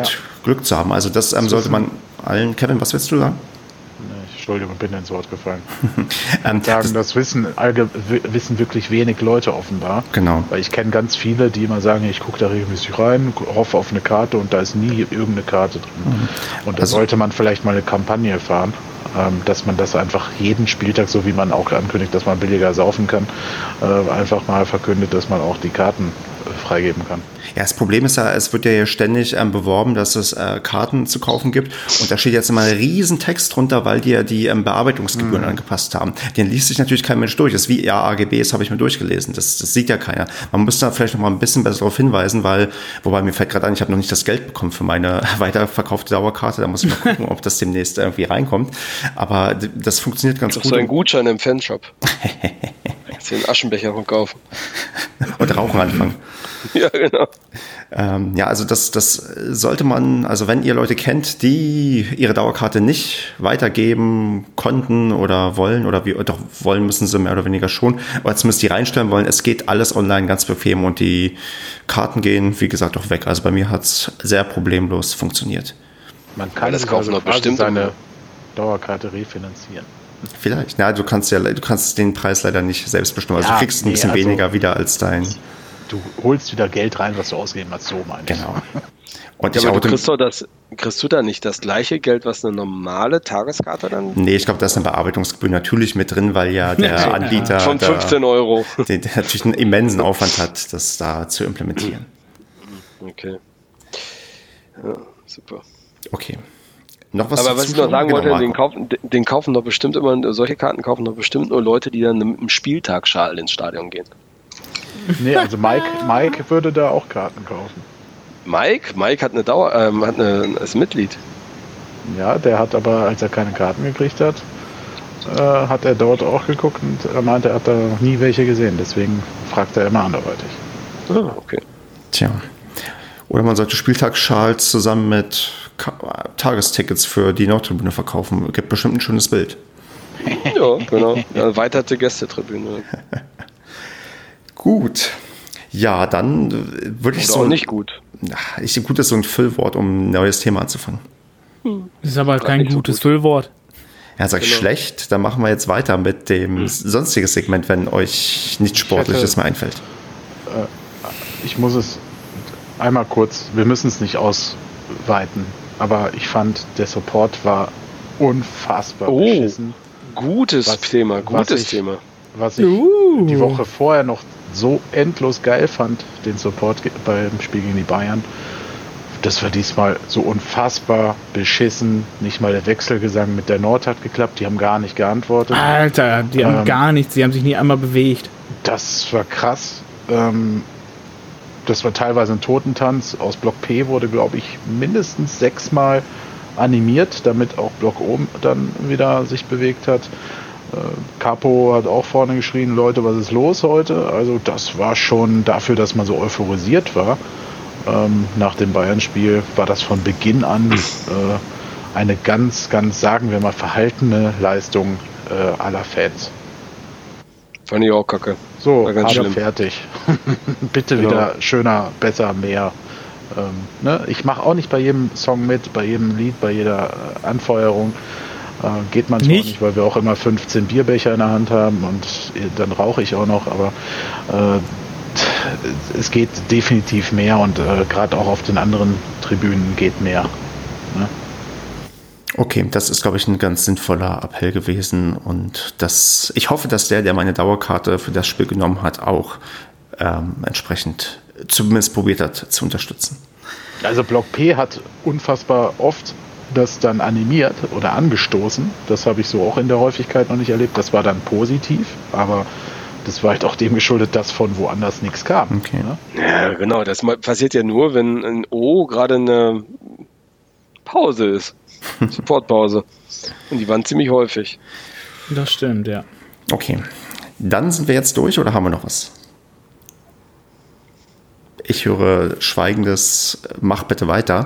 Glück zu haben. Also das sollte man allen... Kevin, was willst du sagen? Entschuldigung, bin ins Wort gefallen. Das wissen wirklich wenig Leute offenbar. Genau. Weil ich kenne ganz viele, die immer sagen, ich gucke da regelmäßig rein, hoffe auf eine Karte und da ist nie irgendeine Karte drin. Und da sollte man vielleicht mal eine Kampagne fahren, dass man das einfach jeden Spieltag, so wie man auch ankündigt, dass man billiger saufen kann, einfach mal verkündet, dass man auch die Karten freigeben kann. Ja, das Problem ist ja, es wird ja hier ständig beworben, dass es Karten zu kaufen gibt und da steht jetzt immer ein riesen Text drunter, weil die ja die Bearbeitungsgebühren angepasst haben. Den liest sich natürlich kein Mensch durch. Das ist wie AGBs, habe ich mir durchgelesen. Das sieht ja keiner. Man muss da vielleicht noch mal ein bisschen besser darauf hinweisen, wobei mir fällt gerade an, ich habe noch nicht das Geld bekommen für meine weiterverkaufte Dauerkarte. Da muss ich mal gucken, ob das demnächst irgendwie reinkommt. Aber das funktioniert ganz gut. So ein Gutschein im Fanshop. Jetzt den Aschenbecher verkaufen. Und Rauchen anfangen. Ja, genau. Ja, also das sollte man, also wenn ihr Leute kennt, die ihre Dauerkarte nicht weitergeben konnten oder wollen, doch wollen müssen sie mehr oder weniger schon, aber zumindest die reinstellen wollen, es geht alles online ganz bequem und die Karten gehen, wie gesagt, auch weg. Also bei mir hat es sehr problemlos funktioniert. Man kann das kaufen, also bestimmt seine Dauerkarte refinanzieren. Vielleicht. Ja, du kannst den Preis leider nicht selbst bestimmen. Also du kriegst ein bisschen weniger wieder als dein... Du holst wieder Geld rein, was du ausgeben hast, so meine ich. Genau. Und ja, aber kriegst du da nicht das gleiche Geld, was eine normale Tageskarte dann? Nee, ich glaube, da ist eine Bearbeitungsgebühr natürlich mit drin, weil ja der Anbieter von 15 €. Der natürlich einen immensen Aufwand hat, das da zu implementieren. Okay. Ja, super. Okay. Noch was? Aber was ich noch sagen wollte, solche Karten kaufen doch bestimmt nur Leute, die dann mit einem Spieltagsschal ins Stadion gehen. Nee, also Mike würde da auch Karten kaufen. Mike hat ist Mitglied. Ja, der hat aber, als er keine Karten gekriegt hat, hat er dort auch geguckt und er meinte, er hat da noch nie welche gesehen. Deswegen fragt er immer anderweitig. Ah, okay. Tja. Oder man sollte Spieltagsschals zusammen mit Tagestickets für die Nordtribüne verkaufen. Gibt bestimmt ein schönes Bild. Ja, genau. Erweiterte Gästetribüne. Gut. Ja, dann würde ich so... Auch nicht gut. Gut ist so ein Füllwort, um ein neues Thema anzufangen. Das ist aber kein gutes Füllwort. Ja, sag ich schlecht, dann machen wir jetzt weiter mit dem sonstigen Segment, wenn euch nichts Sportliches mehr einfällt. Ich muss es einmal kurz, wir müssen es nicht ausweiten, aber ich fand, der Support war unfassbar beschissen. Gutes Thema. Was ich die Woche vorher noch so endlos geil fand, den Support beim Spiel gegen die Bayern, das war diesmal so unfassbar beschissen. Nicht mal der Wechselgesang mit der Nord hat geklappt, die haben gar nicht geantwortet. Alter, die haben gar nichts, die haben sich nie einmal bewegt. Das war krass. Das war teilweise ein Totentanz. Aus Block P wurde, glaube ich, mindestens 6-mal animiert, damit auch Block O dann wieder sich bewegt hat. Capo hat auch vorne geschrien, Leute, was ist los heute? Also das war schon dafür, dass man so euphorisiert war. Nach dem Bayern-Spiel war das von Beginn an eine ganz, ganz, sagen wir mal, verhaltene Leistung aller Fans. Fand ich auch kacke. So, fertig. Bitte wieder schöner, besser, mehr. Ich mache auch nicht bei jedem Song mit, bei jedem Lied, bei jeder Anfeuerung. Geht manchmal nicht, weil wir auch immer 15 Bierbecher in der Hand haben und dann rauche ich auch noch, aber es geht definitiv mehr und gerade auch auf den anderen Tribünen geht mehr. Ne? Okay, das ist, glaube ich, ein ganz sinnvoller Appell gewesen und ich hoffe, dass der meine Dauerkarte für das Spiel genommen hat, auch entsprechend zumindest probiert hat zu unterstützen. Also Block P hat unfassbar oft das dann animiert oder angestoßen. Das habe ich so auch in der Häufigkeit noch nicht erlebt. Das war dann positiv, aber das war halt auch dem geschuldet, dass von woanders nichts kam. Okay. Ne? Ja, genau. Das passiert ja nur, wenn ein O gerade eine Pause ist. Supportpause. Und die waren ziemlich häufig. Das stimmt, ja. Okay. Dann sind wir jetzt durch oder haben wir noch was? Ich höre schweigendes Mach bitte weiter.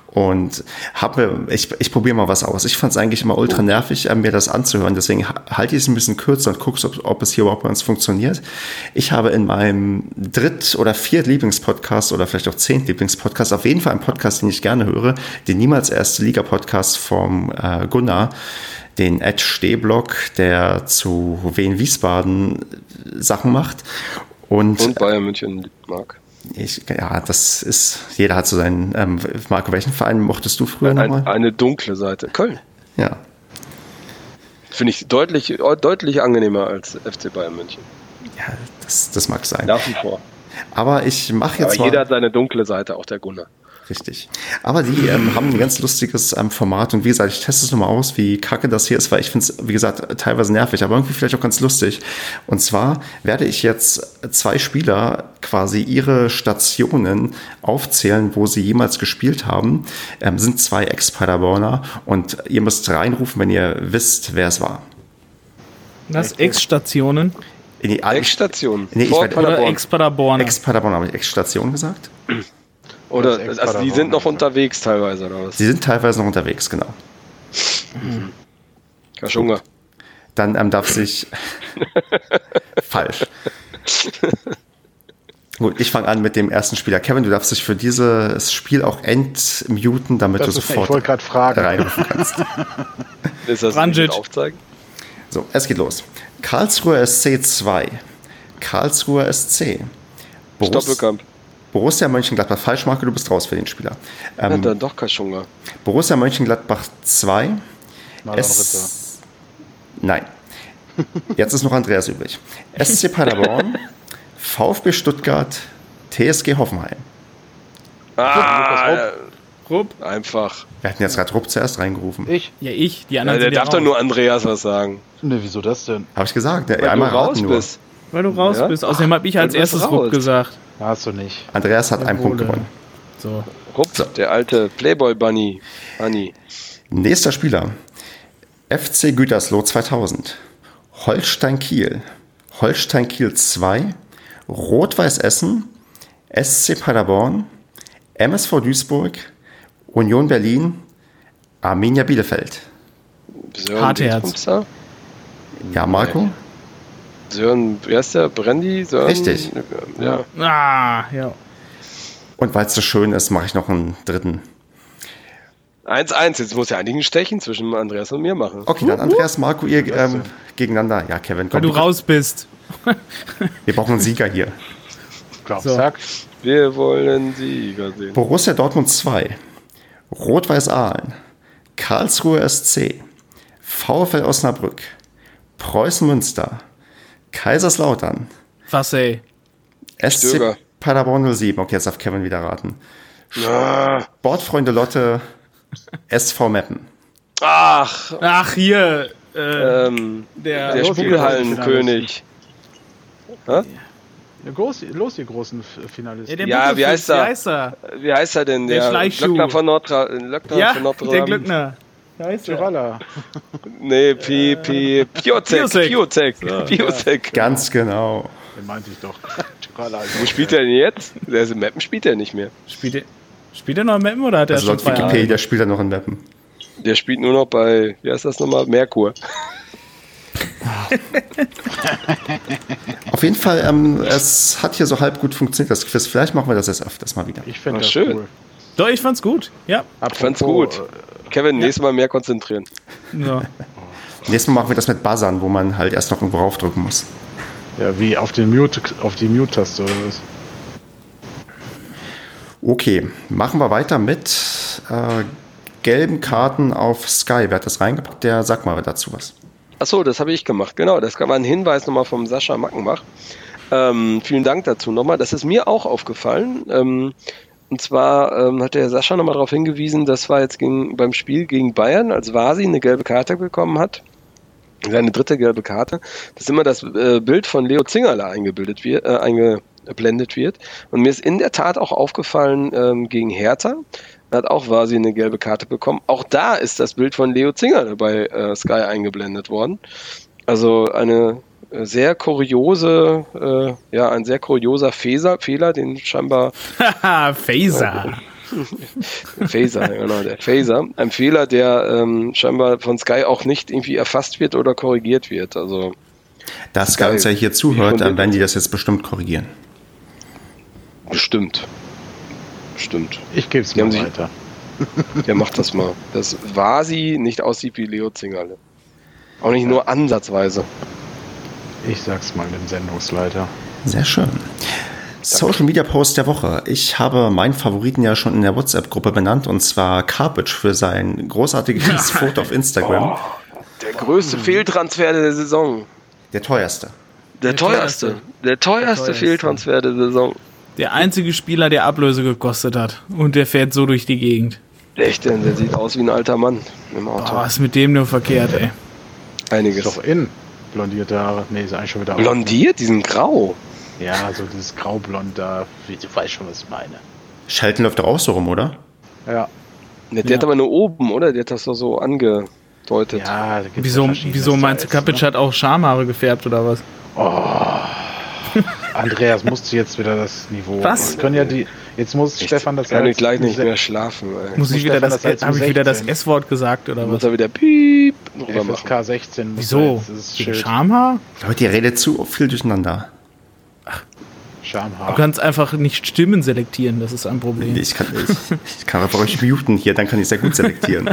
Und ich probiere mal was aus. Ich fand es eigentlich immer ultra nervig, mir das anzuhören. Deswegen halte ich es ein bisschen kürzer und gucke, ob es hier überhaupt bei uns funktioniert. Ich habe in meinem 3. oder 4. Lieblingspodcast oder vielleicht auch 10. Lieblingspodcast auf jeden Fall einen Podcast, den ich gerne höre, den Niemals Erste Liga-Podcast vom Gunnar, den Ed Stehblock, der zu Wien Wiesbaden Sachen macht. Und Bayern München mag. Das ist, jeder hat so seinen, Marco, welchen Verein mochtest du früher nochmal? Eine dunkle Seite. Köln. Ja. Finde ich deutlich angenehmer als FC Bayern München. Ja, das mag sein. Nach wie vor. Aber ich mache jetzt Aber jeder hat seine dunkle Seite, auch der Gunnar. Richtig. Aber die haben ein ganz lustiges Format und wie gesagt, ich teste es nochmal aus, wie kacke das hier ist, weil ich finde es, wie gesagt, teilweise nervig, aber irgendwie vielleicht auch ganz lustig. Und zwar werde ich jetzt 2 Spieler quasi ihre Stationen aufzählen, wo sie jemals gespielt haben. Sind 2 Ex-Paderborner und ihr müsst reinrufen, wenn ihr wisst, wer es war. Was? Ex-Stationen? Ex-Stationen? Nee, Oder Ex-Paderborner? Ex-Paderborner, habe ich Ex-Station gesagt? Oder, also die sind noch unterwegs teilweise, oder was? Sie sind teilweise noch unterwegs, genau. Kaschunga. Dann darf sich... Falsch. Gut, ich fange an mit dem ersten Spieler. Kevin, du darfst dich für dieses Spiel auch entmuten, damit du sofort reinrufen kannst. Ist das nicht aufzeigen? So, es geht los. Karlsruher SC 2. Karlsruher SC. Stoppelkamp. Borussia Mönchengladbach, falsch, Marco, du bist raus für den Spieler. Dann doch Kaschunga. Borussia Mönchengladbach 2. Ritter. Nein. Jetzt ist noch Andreas übrig. SC Paderborn, VfB Stuttgart, TSG Hoffenheim. Rupp. Einfach. Wir hatten jetzt gerade Rupp zuerst reingerufen. Ich? Ja, ich. Die anderen Der sind darf doch nur Andreas was sagen. Ne, wieso das denn? Habe ich gesagt. Weil einmal du raus raten nur. bist. Weil du raus bist. Außerdem habe ich als du bist erstes raus. Rupp gesagt. Hast du nicht. Andreas hat einen Punkt gewonnen. So. Rupp, der alte Playboy-Bunny. Nächster Spieler. FC Gütersloh 2000. Holstein Kiel. Holstein Kiel 2. Rot-Weiß Essen. SC Paderborn. MSV Duisburg. Union Berlin. Arminia Bielefeld. Hartherz. Ja, Marco? Sören, wer ist der? Brandy? Sören? Richtig. Ja. Ja. Und weil es so schön ist, mache ich noch einen dritten. 1-1. Jetzt muss ja eigentlich ein Stechen zwischen Andreas und mir machen. Okay, dann Andreas, Marco, ihr gegeneinander. Ja, Kevin, komm. Weil du raus bist. Wir brauchen einen Sieger hier. Sag. Wir wollen Sieger sehen. Borussia Dortmund 2. Rot-Weiß Aalen. Karlsruher SC. VfL Osnabrück. Preußen Münster. Kaiserslautern. Was, ey? SC Stöger. Paderborn 07. Okay, jetzt darf Kevin wieder raten. Sportfreunde Lotte. SV Meppen. Ach, hier. der Spiegelhallenkönig. Los, ihr großen Finalisten. Ja, wie heißt er? Wie heißt er denn? Der Schleichschuh. Glöckner von Notre Ja, Dame. der Glückner. Tiralla. Nee, Piozek. Ganz genau. Den meinte ich doch. Wo spielt er denn jetzt? Der ist in Meppen spielt er nicht mehr. Spielt er noch im Mappen oder hat er Also schon laut Wikipedia spielt er noch in Meppen. Der spielt nur noch bei, wie heißt das nochmal? Merkur. Auf jeden Fall, es hat hier so halb gut funktioniert, das Quiz. Vielleicht machen wir das jetzt öfters mal wieder. Ich finde Ach, das schön. cool. Doch, ich fand's gut. Ja. Ich fand's gut. Kevin, nächstes Mal mehr konzentrieren. Ja. Nächstes Mal machen wir das mit Buzzern, wo man halt erst noch irgendwo raufdrücken muss. Ja, wie auf die Mute-Taste oder was? Okay, machen wir weiter mit gelben Karten auf Sky. Wer hat das reingepackt? Der sagt mal dazu was. Achso, das habe ich gemacht. Genau, das war ein Hinweis nochmal vom Sascha Mackenbach. Vielen Dank dazu nochmal. Das ist mir auch aufgefallen. Und zwar hat der Sascha nochmal darauf hingewiesen, das war jetzt beim Spiel gegen Bayern, als Vasi eine gelbe Karte bekommen hat. Seine dritte gelbe Karte. Das ist immer das Bild von Leo Zingerle eingeblendet wird. Und mir ist in der Tat auch aufgefallen gegen Hertha. Da hat auch Vasi eine gelbe Karte bekommen. Auch da ist das Bild von Leo Zingerle bei Sky eingeblendet worden. Also eine sehr kuriose, ein sehr kurioser Fehler, den scheinbar Haha, Phaser. Phaser, genau, der Phaser. Ein Fehler, der scheinbar von Sky auch nicht irgendwie erfasst wird oder korrigiert wird. Also Da Sky uns ja hier zuhört, dann werden die das jetzt bestimmt korrigieren. Bestimmt. Ich gebe es Die mal haben sich- weiter. Der macht das mal. Dass Vasi nicht aussieht wie Leo Zingerle. Auch nicht nur ansatzweise. Ich sag's mal dem Sendungsleiter. Sehr schön. Social Media Post der Woche. Ich habe meinen Favoriten ja schon in der WhatsApp-Gruppe benannt, und zwar Karpic für sein großartiges Foto auf Instagram. Der größte Fehltransfer der Saison. Der teuerste. Der teuerste Fehltransfer der Saison. Der einzige Spieler, der Ablöse gekostet hat. Und der fährt so durch die Gegend. Echt, denn der sieht aus wie ein alter Mann im Auto. Was ist mit dem nur verkehrt, ey? Einiges. Ist doch in. Blondierte Haare. Nee, ist eigentlich schon wieder Blondiert? Die sind grau. Ja, so dieses Graublond da. Du weißt schon, was ich meine. Schelten läuft doch auch so rum, oder? Ja. Der hat aber nur oben, oder? Der hat das doch so angedeutet. Ja, da gibt's Wieso verschiedene meinst du, Styles, Kapic hat auch Schamhaare gefärbt oder was? Andreas musste jetzt wieder das Niveau. Was? Das können ja die. Jetzt muss Stefan das Kann ich als- gleich nicht mehr schlafen. Ey. Muss ich wieder Stefan das als habe ich wieder das U16. S-Wort gesagt oder Muss was? er wieder piep drüber machen. FSK 16. muss Wieso? jetzt dieses Wegen Schild. Schamhaar? Leute, ihr redet zu viel durcheinander. Schamhaar. Du kannst einfach nicht Stimmen selektieren, das ist ein Problem. Ich kann einfach euch muten hier, dann kann ich sehr gut selektieren.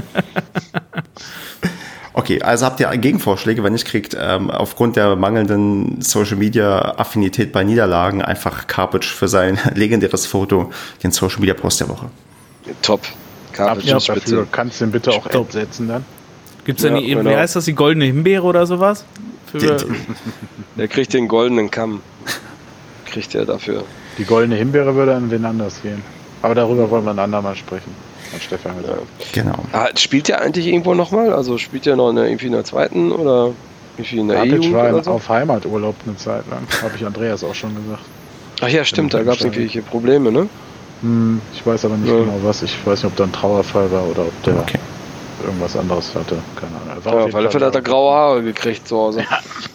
Okay, also habt ihr Gegenvorschläge? Wenn nicht, kriegt aufgrund der mangelnden Social-Media-Affinität bei Niederlagen einfach Karpic für sein legendäres Foto den Social-Media-Post der Woche. Top. Karpic Absolut ist dafür. spitze. Kannst du den bitte auch Stopp. setzen dann? Gibt's denn Ja, wie genau. heißt das, die goldene Himbeere oder sowas? Für, Der kriegt den goldenen Kamm. Kriegt er dafür. Die goldene Himbeere würde an wen anders gehen. Aber darüber wollen wir ein andermal sprechen. Hat Stefan gesagt. Genau. Spielt der eigentlich irgendwo nochmal? Also spielt der noch irgendwie in der zweiten oder irgendwie in der Karpic E-Jugend war oder so? auf Heimaturlaub eine Zeit lang. Habe ich Andreas auch schon gesagt. Ach ja, stimmt, da gab es irgendwelche Probleme, ne? Ich weiß aber nicht Ja. genau was. Ich weiß nicht, ob da ein Trauerfall war oder ob der Okay. irgendwas anderes hatte. Keine Ahnung. Er war Ja, auf auf jeden alle Fall Fälle hat er da. graue Haare gekriegt zu Hause.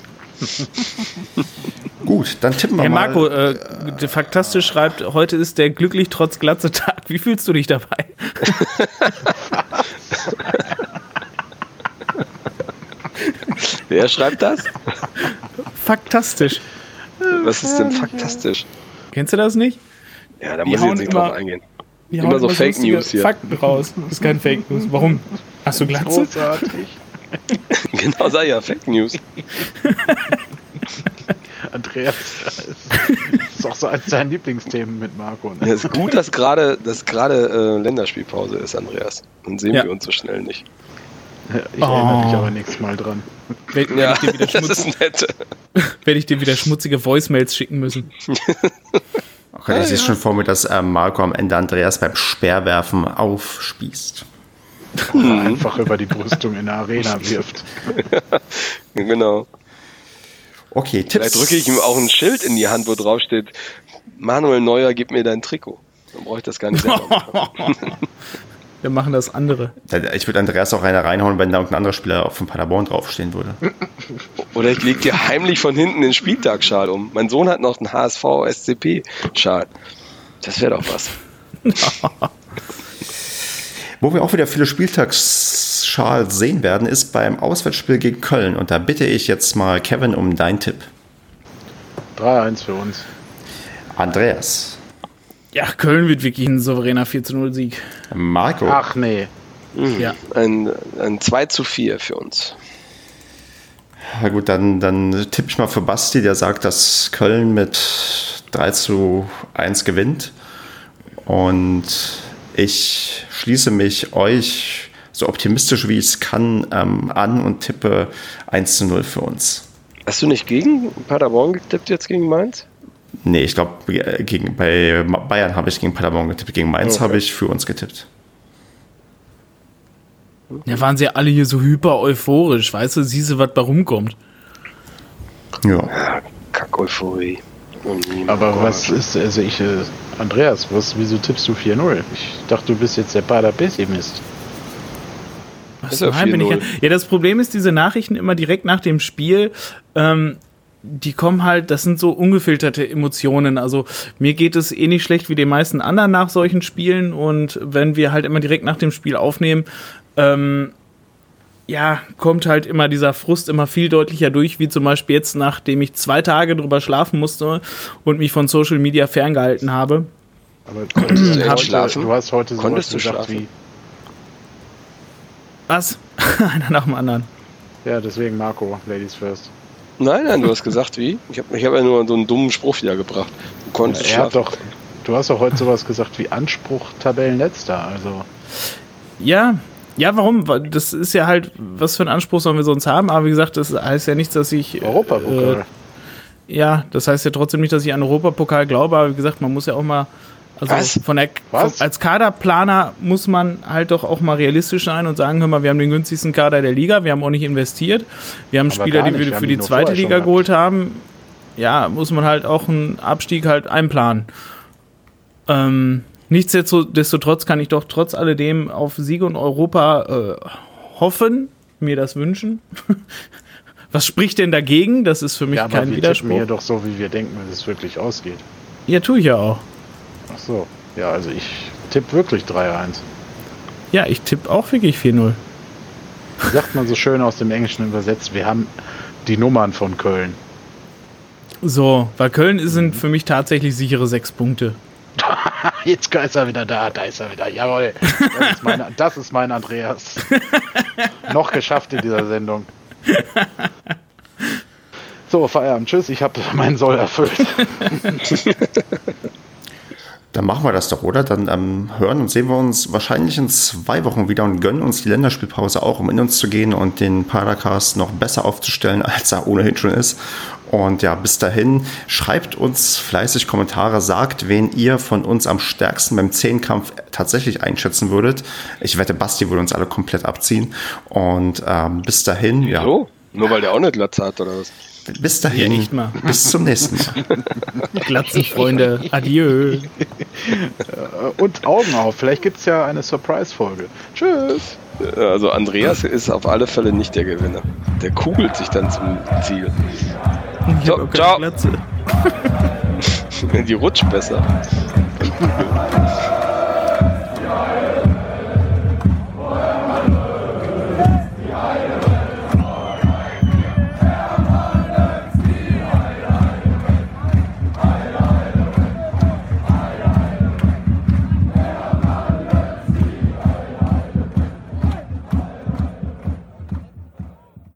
Gut, dann tippen wir Herr mal. Marco, Faktastisch schreibt, heute ist der glücklich trotz Glatze Tag. Wie fühlst du dich dabei? Wer schreibt das? Faktastisch. Was ist denn faktastisch? Kennst du das nicht? Ja, da Die muss ich hauen jetzt nicht immer- drauf eingehen. Die Immer hauen so Fake lustige News hier. Fakten raus. Das ist kein Fake News. Warum? Hast du Glatze? Großartig. Genau, sei ja Fake News. Andreas ist auch so eines seiner Lieblingsthemen mit Marco. Ne? Es ist gut, dass gerade Länderspielpause ist, Andreas. Dann sehen Ja. wir uns so schnell nicht. Ich erinnere mich aber nächstes Mal dran. Wenn Ja, ich dir wieder das ist nett. werde ich dir wieder schmutzige Voicemails schicken müssen. Okay, ich sehe schon vor mir, dass Marco am Ende Andreas beim Speerwerfen aufspießt. Einfach über die Brüstung in der Arena wirft. Genau. Okay, Tipps. Vielleicht drücke ich ihm auch ein Schild in die Hand, wo drauf steht: Manuel Neuer, gib mir dein Trikot. Dann brauche ich das gar nicht selber machen. Wir machen das andere. Ich würde Andreas auch eine reinhauen, wenn da irgendein anderer Spieler von Paderborn draufstehen würde. Oder ich lege dir heimlich von hinten den Spieltagsschal um. Mein Sohn hat noch einen HSV-SCP-Schal. Das wäre doch was. Wo wir auch wieder viele Spieltagsschals sehen werden, ist beim Auswärtsspiel gegen Köln. Und da bitte ich jetzt mal Kevin um deinen Tipp. 3-1 für uns. Andreas, Ja, Köln wird wirklich ein souveräner 4-0-Sieg. Marco, Ach nee. Ja. Ein 2:4 für uns. na gut, dann tippe ich mal für Basti, der sagt, dass Köln mit 3:1 gewinnt. Und ich schließe mich euch so optimistisch wie ich es kann an und tippe 1:0 für uns. Hast du nicht gegen Paderborn getippt jetzt gegen Mainz? Nee, ich glaube, bei Bayern habe ich gegen Paderborn getippt, gegen Mainz Okay. habe ich für uns getippt. Ja, waren sie ja alle hier so hyper euphorisch, weißt du, siehst du, was da rumkommt. Ja. Kack-Euphorie. Aber was ist, also Andreas, wieso tippst du 4-0? Ich dachte, du bist jetzt der Pader-Pessimist. Was, Ist ja nein, bin ich 4-0. ja, das Problem ist, diese Nachrichten immer direkt nach dem Spiel, die kommen halt, das sind so ungefilterte Emotionen. Also mir geht es eh nicht schlecht wie den meisten anderen nach solchen Spielen. Und wenn wir halt immer direkt nach dem Spiel aufnehmen, kommt halt immer dieser Frust immer viel deutlicher durch, wie zum Beispiel jetzt, nachdem ich 2 Tage drüber schlafen musste und mich von Social Media ferngehalten habe. Aber du hast heute sowas gesagt wie... Was? Einer nach dem anderen. Ja, deswegen Marco, Ladies first. Nein, du hast gesagt wie? Ich hab ja nur so einen dummen Spruch wiedergebracht. Du konntest schlafen. Du hast doch heute sowas gesagt wie Anspruch Tabellenletzter, also... Ja, warum? Das ist ja halt, was für einen Anspruch sollen wir sonst haben? Aber wie gesagt, das heißt ja nichts, dass ich... Europapokal. Das heißt ja trotzdem nicht, dass ich an Europapokal glaube. Aber wie gesagt, man muss ja auch mal... Also als Kaderplaner muss man halt doch auch mal realistisch sein und sagen, hör mal, wir haben den günstigsten Kader der Liga, wir haben auch nicht investiert. Wir haben Spieler, die wir für die zweite Liga geholt haben. Ja, muss man halt auch einen Abstieg halt einplanen. Nichtsdestotrotz kann ich doch trotz alledem auf Siege und Europa hoffen, mir das wünschen. Was spricht denn dagegen? Das ist für mich kein Widerspruch. Wir tippen hier doch so, wie wir denken, wie es wirklich ausgeht. Ja, tue ich ja auch. Ach so. Ja, also ich tippe wirklich 3-1. Ja, ich tippe auch wirklich 4-0. Wie sagt man so schön aus dem Englischen übersetzt, wir haben die Nummern von Köln. So, weil Köln sind für mich tatsächlich sichere 6 Punkte. Jetzt ist er wieder da ist er wieder. Jawohl, das ist mein Andreas. Noch geschafft in dieser Sendung. So, Feierabend, tschüss, ich habe meinen Soll erfüllt. Dann machen wir das doch, oder? Dann hören und sehen wir uns wahrscheinlich in 2 Wochen wieder und gönnen uns die Länderspielpause auch, um in uns zu gehen und den Padercast noch besser aufzustellen, als er ohnehin schon ist. Und ja, bis dahin, schreibt uns fleißig Kommentare, sagt, wen ihr von uns am stärksten beim Zehnkampf tatsächlich einschätzen würdet. Ich wette, Basti würde uns alle komplett abziehen. Und bis dahin, ja. So? Nur weil der auch eine Glatze hat, oder was? Bis dahin, ja, echt mal. Bis zum nächsten Mal. Glatzenfreunde, adieu. Und Augen auf, vielleicht gibt es ja eine Surprise-Folge. Tschüss. Also Andreas ist auf alle Fälle nicht der Gewinner. Der kugelt sich dann zum Ziel. So, ciao. Die rutscht besser.